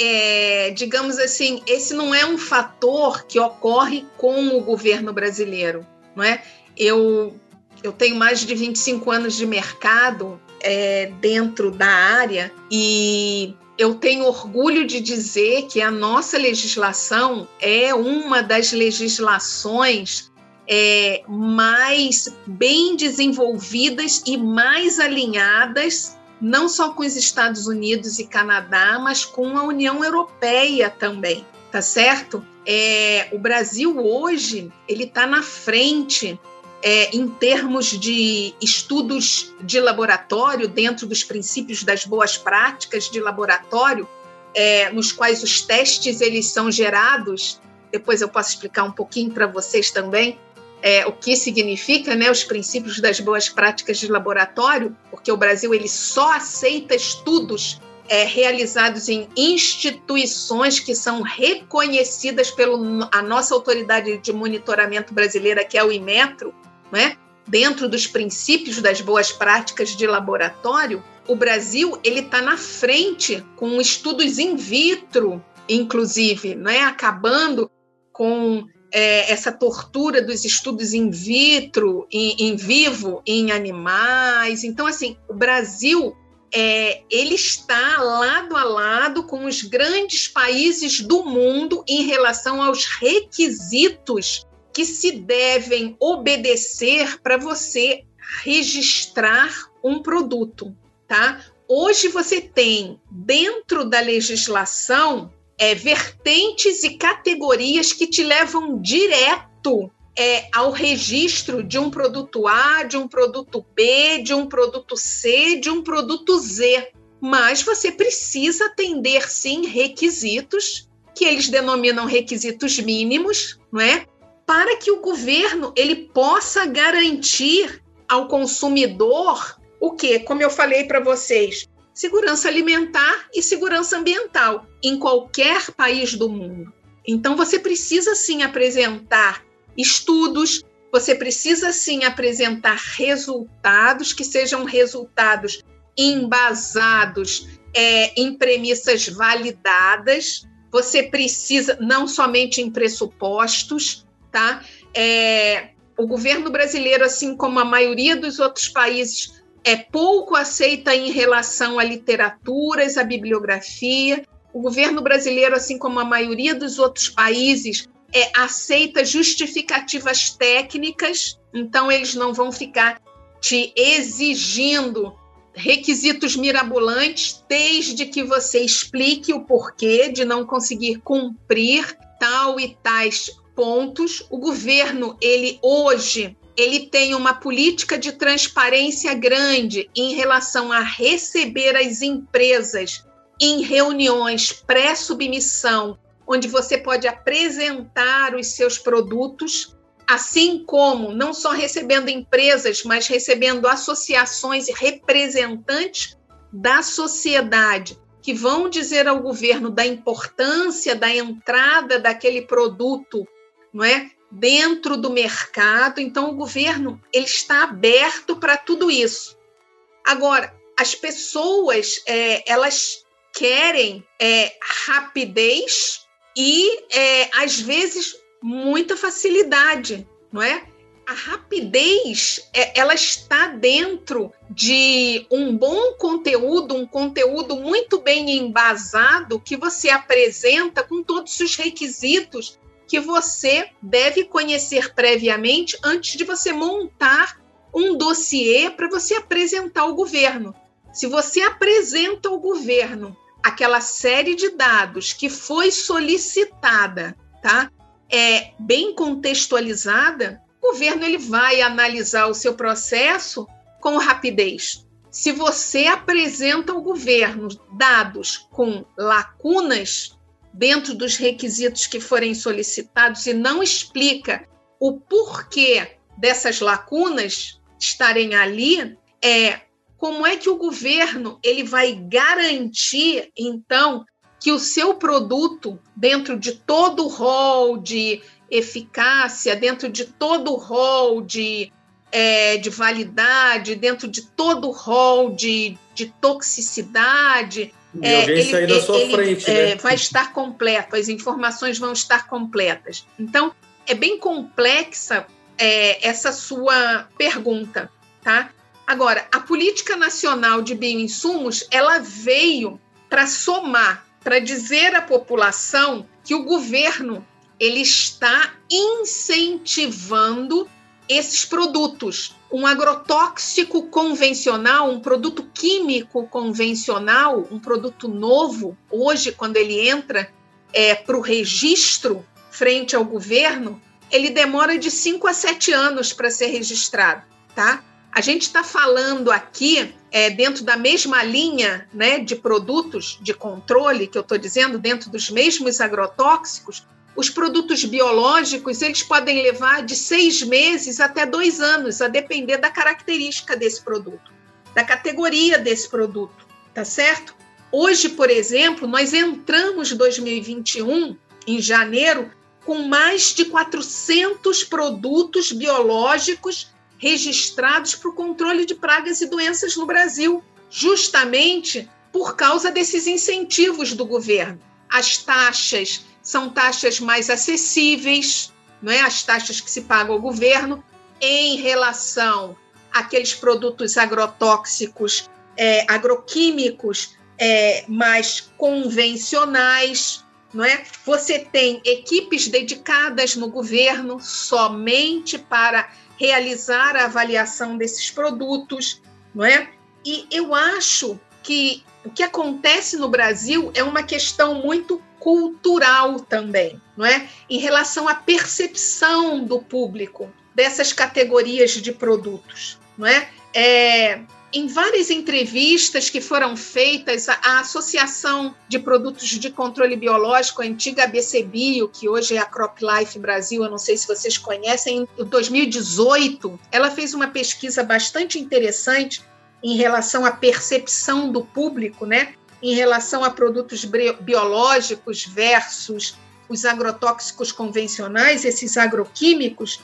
Digamos assim, esse não é um fator que ocorre com o governo brasileiro, não é? Eu tenho mais de 25 anos de mercado dentro da área e eu tenho orgulho de dizer que a nossa legislação é uma das legislações mais bem desenvolvidas e mais alinhadas, não só com os Estados Unidos e Canadá, mas com a União Europeia também, tá certo? O Brasil hoje, ele está na frente em termos de estudos de laboratório, dentro dos princípios das boas práticas de laboratório, nos quais os testes eles são gerados. Depois eu posso explicar um pouquinho para vocês também o que significa, né, os princípios das boas práticas de laboratório, porque o Brasil ele só aceita estudos realizados em instituições que são reconhecidas pela nossa autoridade de monitoramento brasileira, que é o Inmetro, né? Dentro dos princípios das boas práticas de laboratório, o Brasil ele está na frente com estudos in vitro, inclusive, né? Acabando com essa tortura dos estudos in vitro, em vivo, em animais. Então, assim, o Brasil ele está lado a lado com os grandes países do mundo em relação aos requisitos que se devem obedecer para você registrar um produto, tá? Hoje você tem, dentro da legislação, vertentes e categorias que te levam direto ao registro de um produto A, de um produto B, de um produto C, de um produto Z. Mas você precisa atender, sim, requisitos, que eles denominam requisitos mínimos, não é? Para que o governo ele possa garantir ao consumidor o quê? Como eu falei para vocês, segurança alimentar e segurança ambiental em qualquer país do mundo. Então, você precisa, sim, apresentar estudos, você precisa, sim, apresentar resultados que sejam resultados embasados em premissas validadas, você precisa, não somente em pressupostos, tá? O governo brasileiro, assim como a maioria dos outros países, pouco aceita em relação a literaturas, a bibliografia. O governo brasileiro, assim como a maioria dos outros países, aceita justificativas técnicas, então eles não vão ficar te exigindo requisitos mirabolantes, desde que você explique o porquê de não conseguir cumprir tal e tais pontos. O governo, hoje tem uma política de transparência grande em relação a receber as empresas em reuniões pré-submissão, onde você pode apresentar os seus produtos, assim como não só recebendo empresas, mas recebendo associações e representantes da sociedade, que vão dizer ao governo da importância da entrada daquele produto, não é, dentro do mercado. Então, o governo ele está aberto para tudo isso. Agora, as pessoas elas querem rapidez e, às vezes, muita facilidade, não é? A rapidez, ela está dentro de um bom conteúdo, um conteúdo muito bem embasado que você apresenta com todos os requisitos que você deve conhecer previamente antes de você montar um dossiê para você apresentar ao governo. Se você apresenta ao governo aquela série de dados que foi solicitada, tá? Bem contextualizada, o governo ele vai analisar o seu processo com rapidez. Se você apresenta ao governo dados com lacunas dentro dos requisitos que forem solicitados e não explica o porquê dessas lacunas estarem ali, como é que o governo ele vai garantir, então, que o seu produto, dentro de todo o rol de eficácia, dentro de todo o rol de validade, dentro de todo o rol de toxicidade, e alguém sair da sua frente, né? Vai estar completo, as informações vão estar completas. Então, é bem complexa essa sua pergunta, tá? Agora, a Política Nacional de Bioinsumos, ela veio para somar, para dizer à população que o governo ele está incentivando esses produtos. Um agrotóxico convencional, um produto químico convencional, um produto novo, hoje, quando ele entra para o registro frente ao governo, ele demora de 5 a 7 anos para ser registrado, tá? A gente está falando aqui, dentro da mesma linha, né, de produtos de controle, que eu estou dizendo, dentro dos mesmos agrotóxicos, os produtos biológicos, eles podem levar de 6 meses até 2 anos, a depender da característica desse produto, da categoria desse produto, tá certo? Hoje, por exemplo, nós entramos em 2021, em janeiro, com mais de 400 produtos biológicos registrados para o controle de pragas e doenças no Brasil, justamente por causa desses incentivos do governo. As taxas são taxas mais acessíveis, não é? As taxas que se pagam ao governo em relação àqueles produtos agrotóxicos, agroquímicos mais convencionais, não é? Você tem equipes dedicadas no governo somente para realizar a avaliação desses produtos, não é? E eu acho que o que acontece no Brasil é uma questão muito cultural também, não é? Em relação à percepção do público dessas categorias de produtos, não é? Em várias entrevistas que foram feitas, a Associação de Produtos de Controle Biológico, a antiga ABCBio, que hoje é a CropLife Brasil, eu não sei se vocês conhecem, em 2018, ela fez uma pesquisa bastante interessante em relação à percepção do público, né? Em relação a produtos biológicos versus os agrotóxicos convencionais, esses agroquímicos,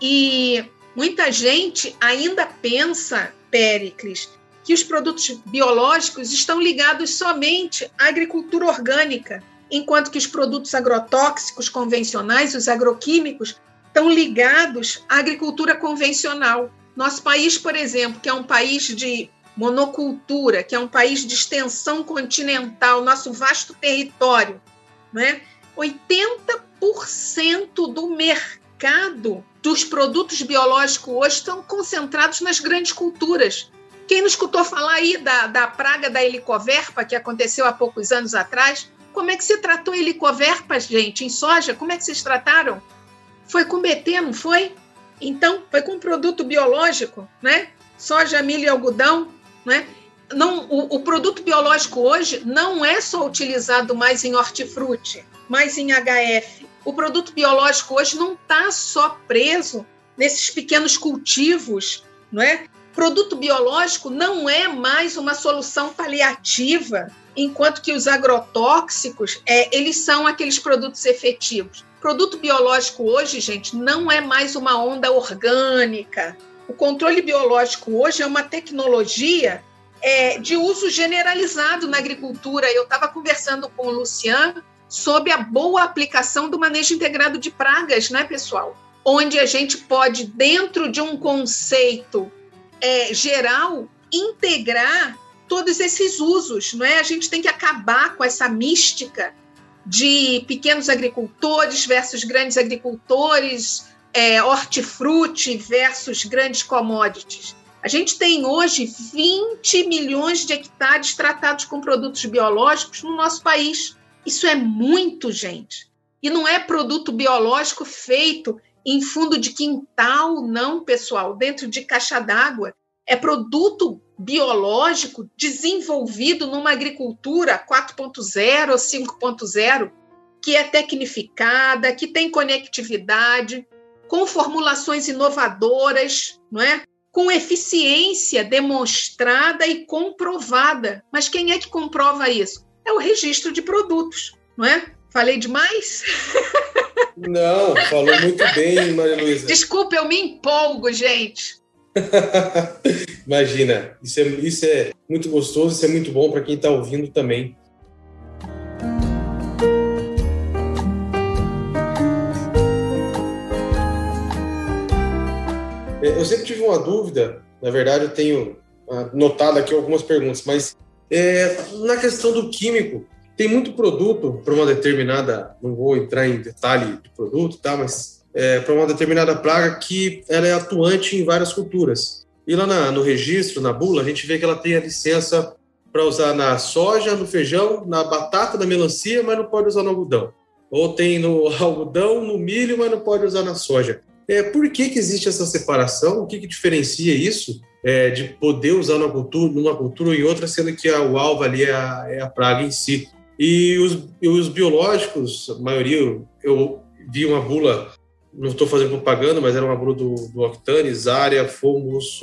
e muita gente ainda pensa, Péricles, que os produtos biológicos estão ligados somente à agricultura orgânica, enquanto que os produtos agrotóxicos convencionais, os agroquímicos, estão ligados à agricultura convencional. Nosso país, por exemplo, que é um país de monocultura, que é um país de extensão continental, nosso vasto território, né? 80% do mercado dos produtos biológicos hoje estão concentrados nas grandes culturas. Quem não escutou falar aí da praga da helicoverpa, que aconteceu há poucos anos atrás? Como é que se tratou a helicoverpa, gente, em soja? Como é que vocês trataram? Foi com BT, não foi? Então, foi com produto biológico, né? Soja, milho e algodão, né? o produto biológico hoje não é só utilizado mais em hortifruti, mas em HF. O produto biológico hoje não está só preso nesses pequenos cultivos, não é? Produto biológico não é mais uma solução paliativa, enquanto que os agrotóxicos, eles são aqueles produtos efetivos. Produto biológico hoje, gente, não é mais uma onda orgânica. O controle biológico hoje é uma tecnologia de uso generalizado na agricultura. Eu estava conversando com o Luciano sobre a boa aplicação do manejo integrado de pragas, né, pessoal? Onde a gente pode, dentro de um conceito geral, integrar todos esses usos, não é? A gente tem que acabar com essa mística de pequenos agricultores versus grandes agricultores, hortifruti versus grandes commodities. A gente tem hoje 20 milhões de hectares tratados com produtos biológicos no nosso país. Isso é muito, gente. E não é produto biológico feito em fundo de quintal, não, pessoal, dentro de caixa d'água. É produto biológico desenvolvido numa agricultura 4.0 ou 5.0, que é tecnificada, que tem conectividade, com formulações inovadoras, não é? Com eficiência demonstrada e comprovada. Mas quem é que comprova isso? É o registro de produtos, não é? Falei demais? Não, falou muito bem, Maria Luísa. Desculpa, eu me empolgo, gente. Imagina, isso é muito gostoso, isso é muito bom para quem está ouvindo também. Eu sempre tive uma dúvida, na verdade eu tenho notado aqui algumas perguntas, mas na questão do químico, tem muito produto para uma determinada, não vou entrar em detalhe de produto, tá? Mas para uma determinada praga que ela é atuante em várias culturas. E lá no registro, na bula, a gente vê que ela tem a licença para usar na soja, no feijão, na batata, na melancia, mas não pode usar no algodão. Ou tem no algodão, no milho, mas não pode usar na soja. Por que existe essa separação? O que diferencia isso de poder usar numa cultura ou em outra, sendo que o alvo ali é a praga em si? E os biológicos, a maioria, eu vi uma bula, não estou fazendo propaganda, mas era uma bula do Octane, Zária, Fomus,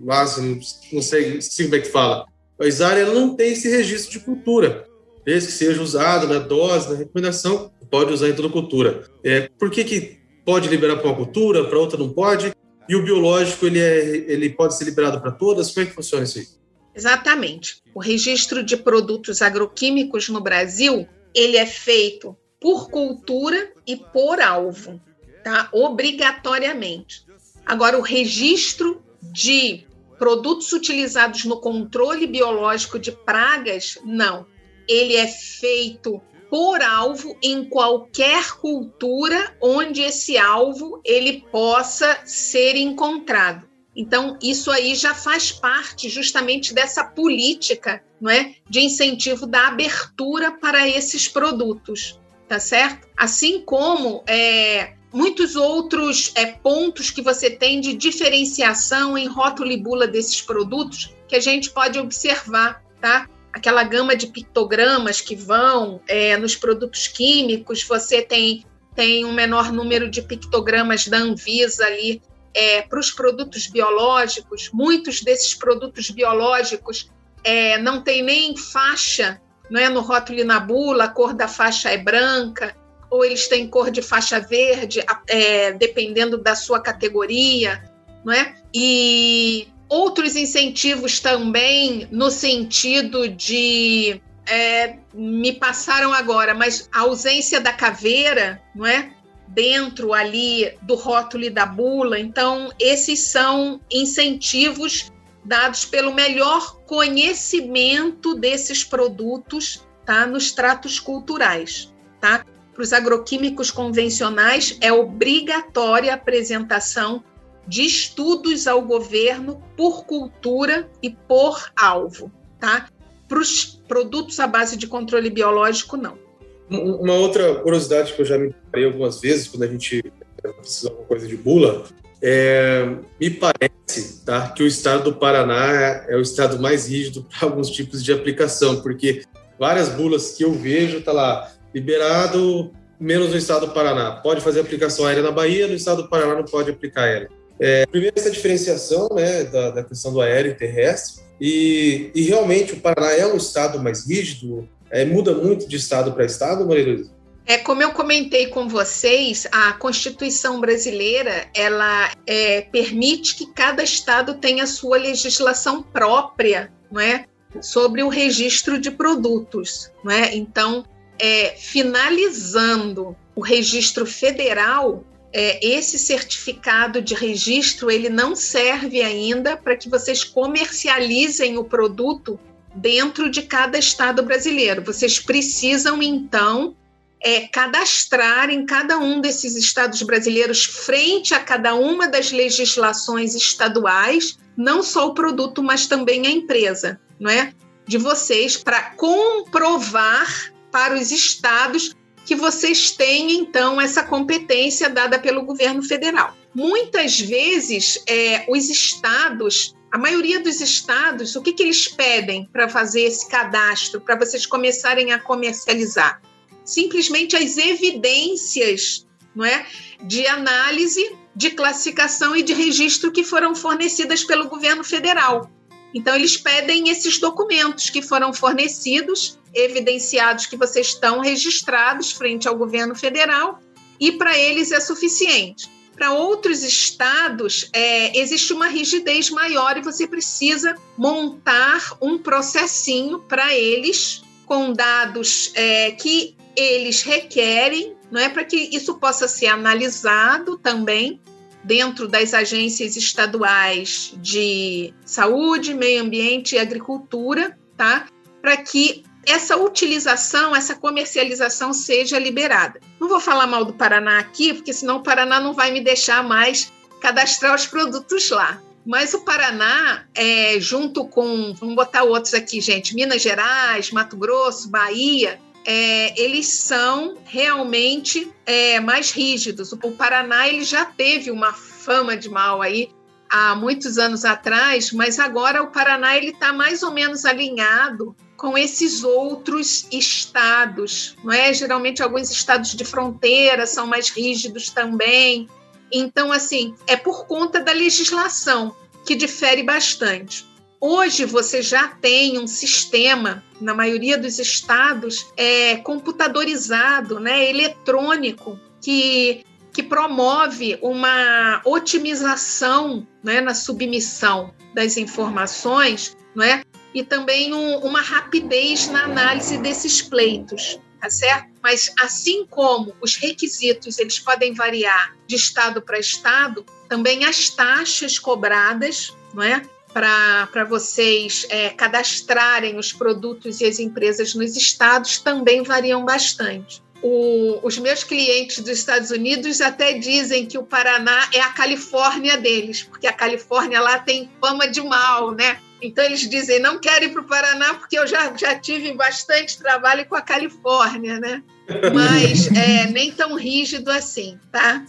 não sei como é que fala. A Zária não tem esse registro de cultura. Desde que seja usado na dose, na recomendação, pode usar em toda cultura. Por que pode liberar para uma cultura, para outra não pode? E o biológico, ele pode ser liberado para todas? Como é que funciona isso aí? Exatamente. O registro de produtos agroquímicos no Brasil, ele é feito por cultura e por alvo, tá? Obrigatoriamente. Agora, o registro de produtos utilizados no controle biológico de pragas, não. Ele é feito por alvo em qualquer cultura onde esse alvo ele possa ser encontrado. Então, isso aí já faz parte justamente dessa política, não é, de incentivo da abertura para esses produtos, tá certo? Assim como muitos outros pontos que você tem de diferenciação em rótulo e bula desses produtos que a gente pode observar, tá? Aquela gama de pictogramas que vão nos produtos químicos, você tem um menor número de pictogramas da Anvisa ali para os produtos biológicos. Muitos desses produtos biológicos não tem nem faixa, não é, no rótulo e na bula, a cor da faixa é branca, ou eles têm cor de faixa verde, dependendo da sua categoria, não é? E outros incentivos também no sentido de, me passaram agora, mas a ausência da caveira, não é? Dentro ali do rótulo e da bula. Então, esses são incentivos dados pelo melhor conhecimento desses produtos, tá? Nos tratos culturais, tá? Para os agroquímicos convencionais, é obrigatória a apresentação de estudos ao governo por cultura e por alvo, tá? Para os produtos à base de controle biológico, não. Uma outra curiosidade que eu já me parei algumas vezes, quando a gente precisa de alguma coisa de bula, Me parece, tá, que o estado do Paraná é o estado mais rígido para alguns tipos de aplicação, porque várias bulas que eu vejo, tá lá, liberado, menos no estado do Paraná. Pode fazer aplicação aérea na Bahia, no estado do Paraná não pode aplicar aérea. Primeiro, essa diferenciação, né, da questão do aéreo e terrestre, e realmente o Paraná é um estado mais rígido, muda muito de estado para estado, Maria Luísa? Como eu comentei com vocês, a Constituição brasileira, ela permite que cada estado tenha a sua legislação própria, não é? Sobre o registro de produtos, não é? Então, finalizando o registro federal, esse certificado de registro, ele não serve ainda para que vocês comercializem o produto dentro de cada estado brasileiro. Vocês precisam, então, cadastrar em cada um desses estados brasileiros, frente a cada uma das legislações estaduais, não só o produto, mas também a empresa, não é? De vocês, para comprovar para os estados que vocês têm, então, essa competência dada pelo governo federal. Muitas vezes, os estados, a maioria dos estados, o que eles pedem para fazer esse cadastro, para vocês começarem a comercializar? Simplesmente as evidências, não é, de análise, de classificação e de registro que foram fornecidas pelo governo federal. Então, eles pedem esses documentos que foram fornecidos, evidenciados que vocês estão registrados frente ao governo federal, e para eles é suficiente. Para outros estados, existe uma rigidez maior e você precisa montar um processinho para eles, com dados que eles requerem, não é, para que isso possa ser analisado também dentro das agências estaduais de saúde, meio ambiente e agricultura, tá? Para que essa utilização, essa comercialização seja liberada. Não vou falar mal do Paraná aqui, porque senão o Paraná não vai me deixar mais cadastrar os produtos lá. Mas o Paraná, junto com, vamos botar outros aqui, gente, Minas Gerais, Mato Grosso, Bahia, eles são realmente mais rígidos. O Paraná ele já teve uma fama de mal aí há muitos anos atrás, mas agora o Paraná está mais ou menos alinhado com esses outros estados, não é? Geralmente alguns estados de fronteira são mais rígidos também. Então, assim, é por conta da legislação que difere bastante. Hoje você já tem um sistema, na maioria dos estados, computadorizado, né, eletrônico, que promove uma otimização, né, na submissão das informações, não é? E também uma rapidez na análise desses pleitos, tá certo? Mas assim como os requisitos eles podem variar de estado para estado, também as taxas cobradas, não é? Para vocês cadastrarem os produtos e as empresas nos estados também variam bastante. Os meus clientes dos Estados Unidos até dizem que o Paraná é a Califórnia deles, porque a Califórnia lá tem fama de mal, né? Então eles dizem, não quero ir para o Paraná porque eu já tive bastante trabalho com a Califórnia, né? Mas nem tão rígido assim, tá?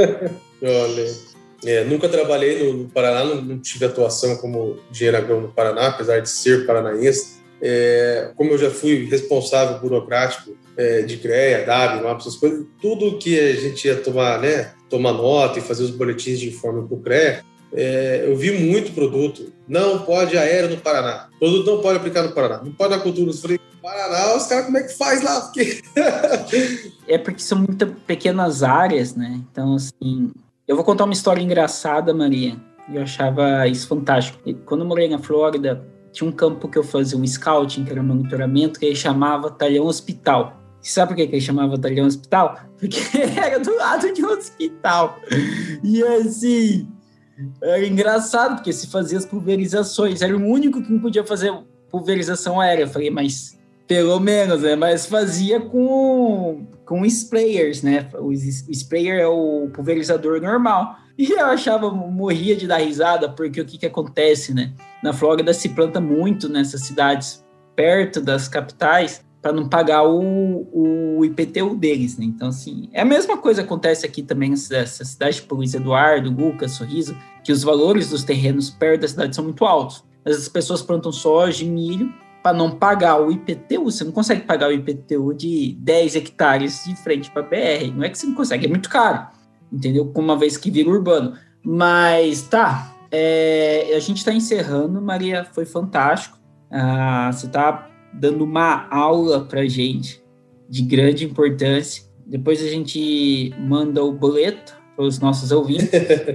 Olha, nunca trabalhei no Paraná, não tive atuação como engenheiro agrônomo no Paraná, apesar de ser paranaense. Como eu já fui responsável burocrático de CREA, DAB, essas coisas, tudo que a gente ia tomar nota e fazer os boletins de informe para o CREA, eu vi muito produto. Não pode aéreo no Paraná. Produto não pode aplicar no Paraná. Não pode na cultura. Eu falei, Paraná, os caras como é que faz lá? Porque porque são muitas pequenas áreas, né? Então, assim, eu vou contar uma história engraçada, Maria. Eu achava isso fantástico. E quando eu morei na Flórida, tinha um campo que eu fazia um scouting, que era um monitoramento, que ele chamava Talhão Hospital. E sabe por que ele chamava Talhão Hospital? Porque era do lado de um hospital. E assim, era engraçado, porque se fazia as pulverizações. Era o único que não podia fazer pulverização aérea. Eu falei, mas pelo menos, né? Mas fazia com sprayers, né? O sprayer é o pulverizador normal. E eu morria de dar risada, porque o que acontece, né? Na Flórida se planta muito nessas cidades perto das capitais, para não pagar o IPTU deles, né? Então, assim, é a mesma coisa que acontece aqui também nessa cidade, tipo Luiz Eduardo, Guca, Sorriso, que os valores dos terrenos perto da cidade são muito altos. As pessoas plantam soja e milho para não pagar o IPTU. Você não consegue pagar o IPTU de 10 hectares de frente para a BR. Não é que você não consegue, é muito caro, entendeu? Uma vez que vira urbano. Mas, tá, a gente está encerrando, Maria, foi fantástico. Você está dando uma aula para a gente de grande importância. Depois a gente manda o boleto para os nossos ouvintes.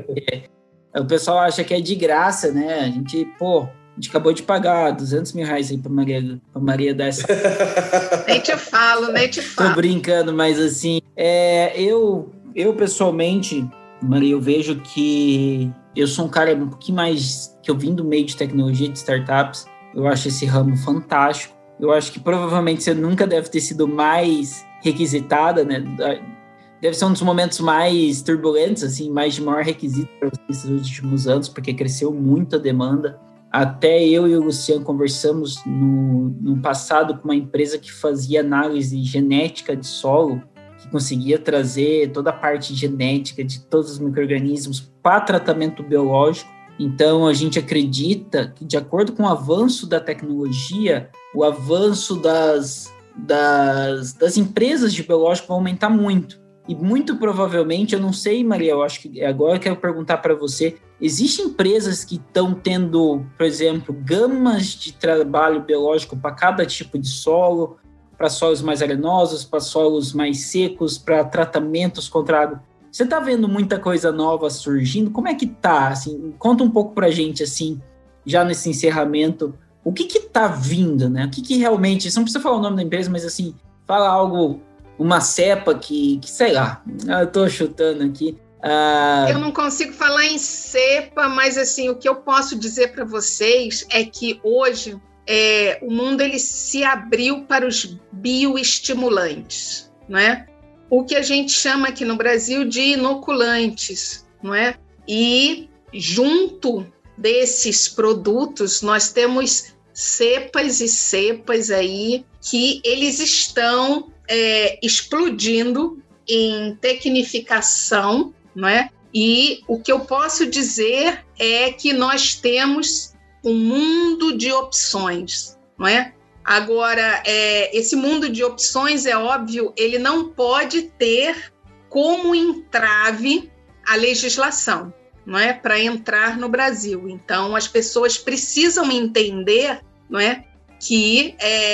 O pessoal acha que é de graça, né? A gente acabou de pagar R$200 mil aí para Maria dar essa... Nem te falo. Tô brincando, mas assim, eu pessoalmente, Maria, eu vejo que eu sou um cara um pouquinho mais... que eu vim do meio de tecnologia, de startups. Eu acho esse ramo fantástico. Eu acho que provavelmente você nunca deve ter sido mais requisitada, né? Deve ser um dos momentos mais turbulentos, assim, mais de maior requisito para você nesses últimos anos, porque cresceu muito a demanda. Até eu e o Luciano conversamos no passado com uma empresa que fazia análise genética de solo, que conseguia trazer toda a parte genética de todos os micro-organismos para tratamento biológico. Então, a gente acredita que, de acordo com o avanço da tecnologia, o avanço das empresas de biológico vai aumentar muito. E muito provavelmente, eu não sei, Maria, eu acho que agora eu quero perguntar para você, existem empresas que estão tendo, por exemplo, gamas de trabalho biológico para cada tipo de solo, para solos mais arenosos, para solos mais secos, para tratamentos contra água. Você está vendo muita coisa nova surgindo? Como é que tá? Assim, conta um pouco para a gente, assim, já nesse encerramento, o que está vindo, né? O que realmente... Você não precisa falar o nome da empresa, mas, assim, fala algo, uma cepa que sei lá, eu estou chutando aqui. Eu não consigo falar em cepa, mas, assim, o que eu posso dizer para vocês é que hoje o mundo ele se abriu para os bioestimulantes, não é? O que a gente chama aqui no Brasil de inoculantes, não é? E junto desses produtos nós temos cepas e cepas aí que eles estão explodindo em tecnificação, não é? E o que eu posso dizer é que nós temos um mundo de opções, não é? Agora, esse mundo de opções, é óbvio, ele não pode ter como entrave a legislação, não é? Para entrar no Brasil. Então, as pessoas precisam entender, não é? Que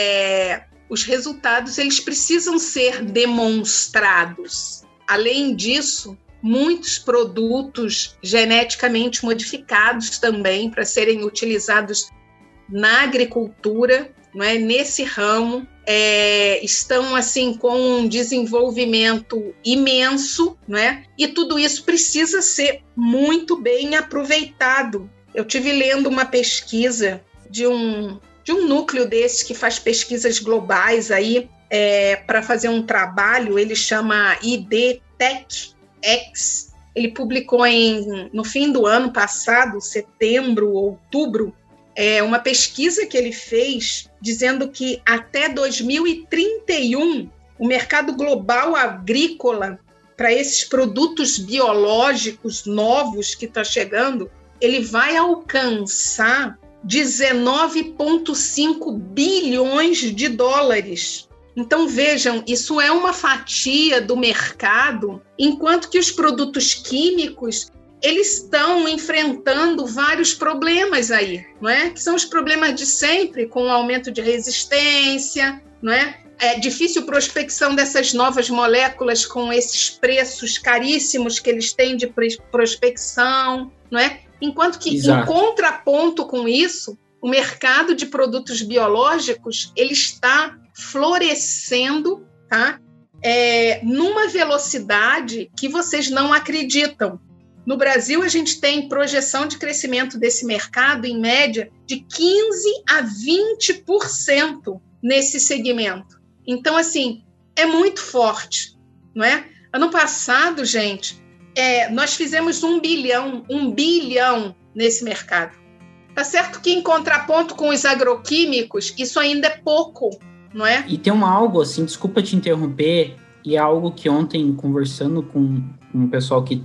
os resultados eles precisam ser demonstrados. Além disso, muitos produtos geneticamente modificados também para serem utilizados na agricultura, não é? Nesse ramo, estão assim com um desenvolvimento imenso, não é? E tudo isso precisa ser muito bem aproveitado. Eu tive lendo uma pesquisa de um núcleo desse que faz pesquisas globais aí para fazer um trabalho, ele chama IDTechX. Ele publicou no fim do ano passado, setembro, outubro, uma pesquisa que ele fez dizendo que até 2031 o mercado global agrícola para esses produtos biológicos novos que está chegando, ele vai alcançar 19,5 bilhões de dólares. Então, vejam, isso é uma fatia do mercado, enquanto que os produtos químicos eles estão enfrentando vários problemas aí, não é? Que são os problemas de sempre, com o aumento de resistência, não é? É difícil prospecção dessas novas moléculas com esses preços caríssimos que eles têm de prospecção, não é? Enquanto que, Exato. Em contraponto com isso, o mercado de produtos biológicos ele está florescendo, tá? Numa velocidade que vocês não acreditam. No Brasil, a gente tem projeção de crescimento desse mercado, em média, de 15% a 20% nesse segmento. Então, assim, é muito forte, não é? Ano passado, gente, nós fizemos 1 bilhão nesse mercado. Tá certo que, em contraponto com os agroquímicos, isso ainda é pouco, não é? E tem algo assim, desculpa te interromper, e é algo que ontem, conversando com um pessoal que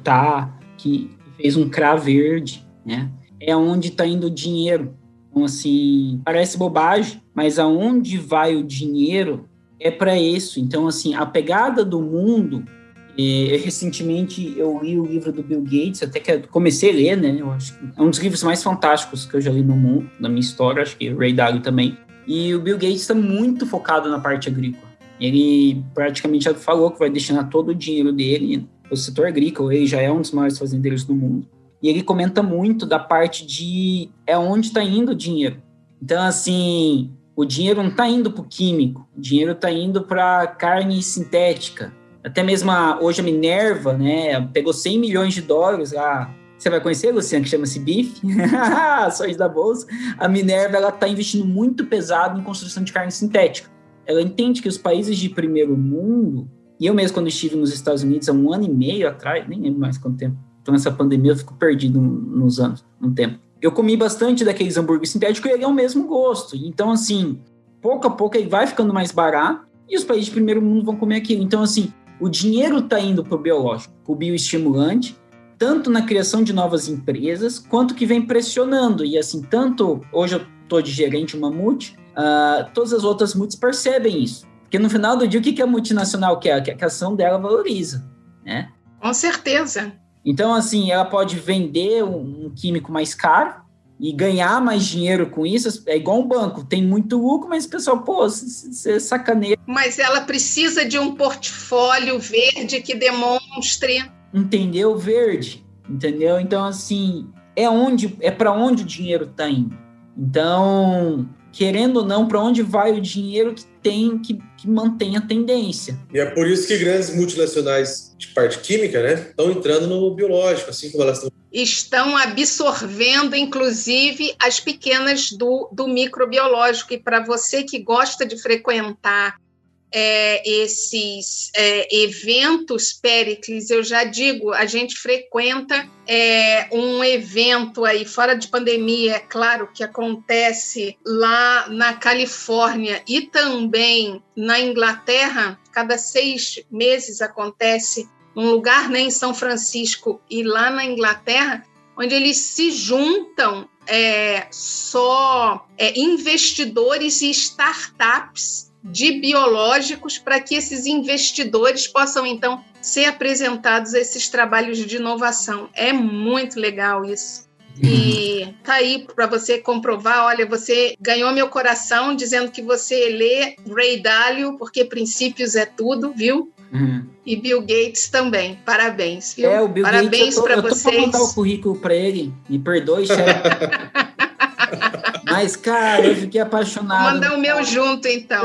fez um CRA verde, né? É onde está indo o dinheiro. Então, assim, parece bobagem, mas aonde vai o dinheiro é para isso. Então, assim, a pegada do mundo... recentemente eu li o livro do Bill Gates, até que comecei a ler, né? Eu acho que é um dos livros mais fantásticos que eu já li no mundo, na minha história, acho que o Ray Dalio também. E o Bill Gates está muito focado na parte agrícola. Ele praticamente já falou que vai destinar todo o dinheiro dele no setor agrícola, ele já é um dos maiores fazendeiros do mundo. E ele comenta muito da parte de onde está indo o dinheiro. Então, assim, o dinheiro não está indo para o químico, o dinheiro está indo para carne sintética. Até mesmo hoje a Minerva, né, pegou 100 milhões de dólares lá. Você vai conhecer, Luciano, que chama-se BIF? Ações da Bolsa. A Minerva, ela está investindo muito pesado em construção de carne sintética. Ela entende que os países de primeiro mundo, e eu mesmo quando estive nos Estados Unidos há 1 ano e meio atrás, nem lembro mais quanto tempo, então nessa pandemia eu fico perdido nos anos, no tempo. Eu comi bastante daqueles hambúrgueres sintéticos e ele é o mesmo gosto. Então, assim, pouco a pouco ele vai ficando mais barato e os países de primeiro mundo vão comer aquilo. Então, assim, o dinheiro está indo para o biológico, para o bioestimulante, tanto na criação de novas empresas, quanto que vem pressionando. E assim, tanto hoje eu estou de gerente uma multi, todas as outras multis percebem isso. Porque no final do dia, o que a multinacional quer? Que a ação dela valoriza, né? Com certeza. Então, assim, ela pode vender um químico mais caro e ganhar mais dinheiro com isso. É igual um banco, tem muito lucro, mas o pessoal, você sacaneia. Mas ela precisa de um portfólio verde que demonstre... Entendeu? Verde, entendeu? Então, assim, é para onde o dinheiro está indo. Então, querendo ou não, para onde vai o dinheiro que mantém a tendência. E é por isso que grandes multinacionais de parte química, né, estão entrando no biológico, assim como elas estão absorvendo, inclusive, as pequenas do microbiológico. E para você que gosta de frequentar esses eventos, Péricles, eu já digo, a gente frequenta um evento aí fora de pandemia, é claro, que acontece lá na Califórnia e também na Inglaterra. Cada 6 meses acontece num lugar, né, em São Francisco e lá na Inglaterra, onde eles se juntam investidores e startups de biológicos para que esses investidores possam, então, ser apresentados a esses trabalhos de inovação. É muito legal isso. E tá aí para você comprovar. Olha, você ganhou meu coração dizendo que você lê Ray Dalio, porque princípios é tudo, viu? E Bill Gates também. Parabéns, viu? O Bill Parabéns para vocês. Eu tô pra mandar o currículo para ele. Me perdoe, chefe. Mas, cara, eu fiquei apaixonado. Vou mandar o meu junto, então.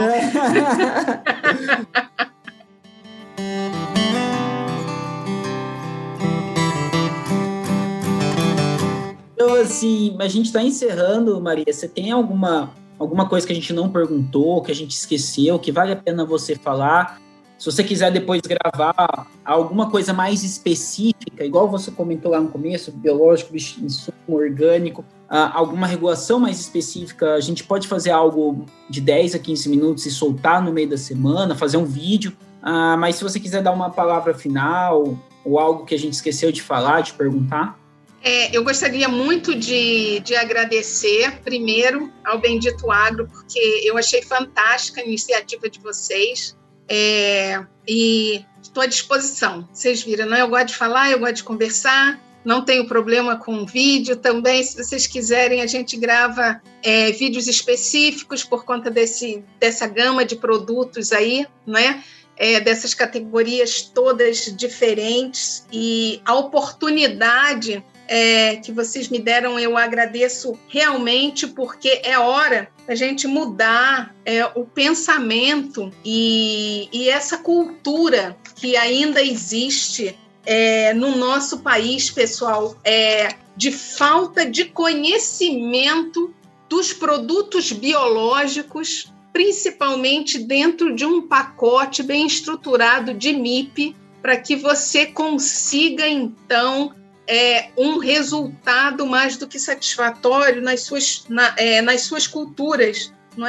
Então, assim, a gente está encerrando, Maria. Você tem alguma coisa que a gente não perguntou, que a gente esqueceu, que vale a pena você falar? Se você quiser depois gravar alguma coisa mais específica, igual você comentou lá no começo, biológico, insumo orgânico, alguma regulação mais específica, a gente pode fazer algo de 10 a 15 minutos e soltar no meio da semana, fazer um vídeo, mas se você quiser dar uma palavra final ou algo que a gente esqueceu de falar, de perguntar. Eu gostaria muito de agradecer, primeiro, ao Bendito Agro, porque eu achei fantástica a iniciativa de vocês. E estou à disposição. Vocês viram, né? Eu gosto de falar, eu gosto de conversar, não tenho problema com vídeo também. Se vocês quiserem, a gente grava vídeos específicos por conta dessa gama de produtos aí, né? Dessas categorias todas diferentes, e a oportunidade que vocês me deram, eu agradeço realmente, porque é hora da gente mudar o pensamento e essa cultura que ainda existe no nosso país, pessoal, de falta de conhecimento dos produtos biológicos, principalmente dentro de um pacote bem estruturado de MIP, para que você consiga, então, um resultado mais do que satisfatório nas suas culturas, não é?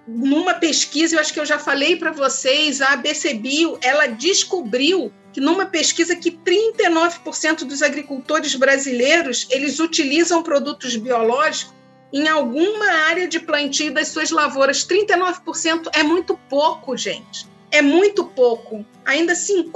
numa pesquisa, eu acho que eu já falei para vocês, a ABC Bio, ela descobriu que numa pesquisa que 39% dos agricultores brasileiros, eles utilizam produtos biológicos em alguma área de plantio das suas lavouras. 39% é muito pouco, gente. É muito pouco. Ainda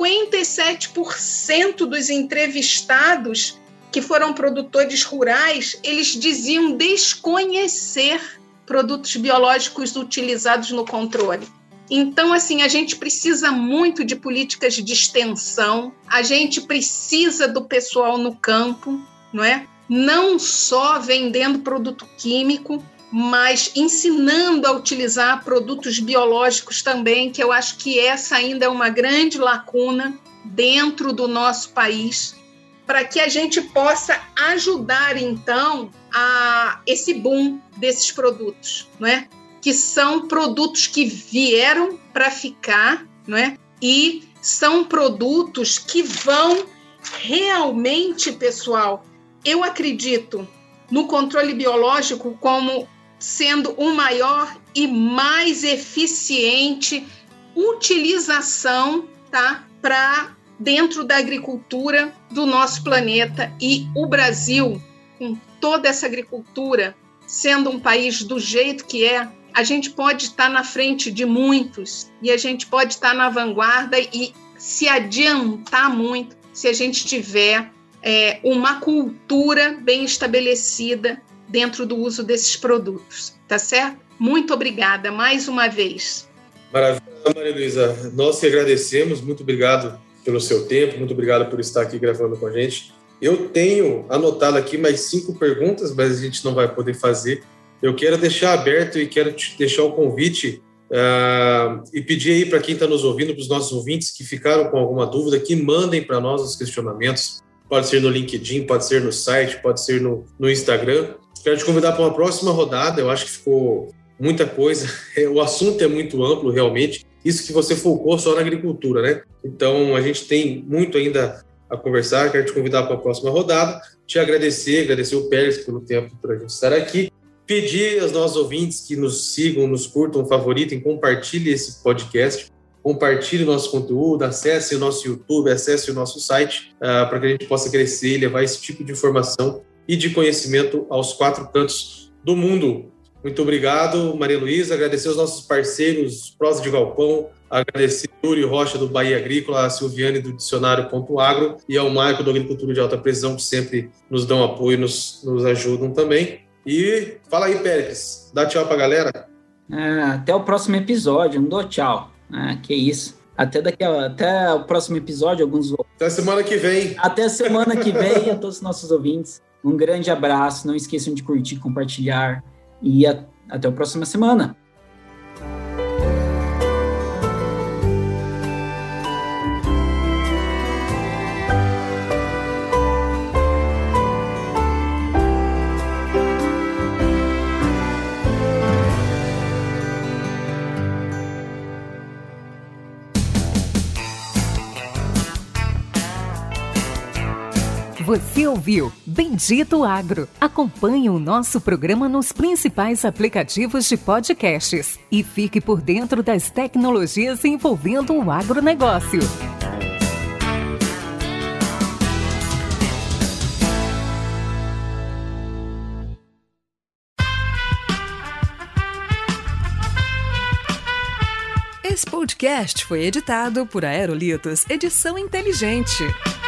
57% dos entrevistados que foram produtores rurais, eles diziam desconhecer produtos biológicos utilizados no controle. Então, assim, a gente precisa muito de políticas de extensão, a gente precisa do pessoal no campo, não é? Não só vendendo produto químico, mas ensinando a utilizar produtos biológicos também, que eu acho que essa ainda é uma grande lacuna dentro do nosso país, para que a gente possa ajudar, então, a esse boom desses produtos, não é? Que são produtos que vieram para ficar, não é? E são produtos que vão realmente, pessoal, eu acredito no controle biológico como sendo o maior e mais eficiente utilização, tá, para dentro da agricultura do nosso planeta. E o Brasil, com toda essa agricultura, sendo um país do jeito que é, a gente pode estar na frente de muitos e a gente pode estar na vanguarda e se adiantar muito se a gente tiver uma cultura bem estabelecida dentro do uso desses produtos, tá certo? Muito obrigada mais uma vez. Maravilha, Maria Luísa. Nós que agradecemos, muito obrigado pelo seu tempo, muito obrigado por estar aqui gravando com a gente. Eu tenho anotado aqui mais 5 perguntas, mas a gente não vai poder fazer. Eu quero deixar aberto e quero te deixar o convite e pedir aí para quem está nos ouvindo, para os nossos ouvintes que ficaram com alguma dúvida, que mandem para nós os questionamentos. Pode ser no LinkedIn, pode ser no site, pode ser no Instagram. Quero te convidar para uma próxima rodada. Eu acho que ficou muita coisa. O assunto é muito amplo, realmente. Isso que você focou só na agricultura, né? Então, a gente tem muito ainda a conversar. Quero te convidar para a próxima rodada. Te agradecer o Pérez pelo tempo para a gente estar aqui. Pedir aos nossos ouvintes que nos sigam, nos curtam, favoritem, compartilhem esse podcast, compartilhe o nosso conteúdo, acesse o nosso YouTube, acesse o nosso site, para que a gente possa crescer e levar esse tipo de informação e de conhecimento aos 4 cantos do mundo. Muito obrigado, Maria Luísa. Agradecer aos nossos parceiros, Prosa de Galpão, agradecer a Yuri Rocha do Bahia Agrícola, a Silviane do Dicionário.agro e ao Marco do Agricultura de Alta Precisão, que sempre nos dão apoio, nos ajudam também. E fala aí, Pérez, dá tchau pra galera. Até o próximo episódio, não dou tchau. Que isso. Até o próximo episódio, Até semana que vem. Até semana que vem a todos os nossos ouvintes. Um grande abraço, não esqueçam de curtir, compartilhar e até a próxima semana. Você ouviu Bendito Agro. Acompanhe o nosso programa nos principais aplicativos de podcasts e fique por dentro das tecnologias envolvendo o agronegócio. Esse podcast foi editado por Aerolitos Edição Inteligente.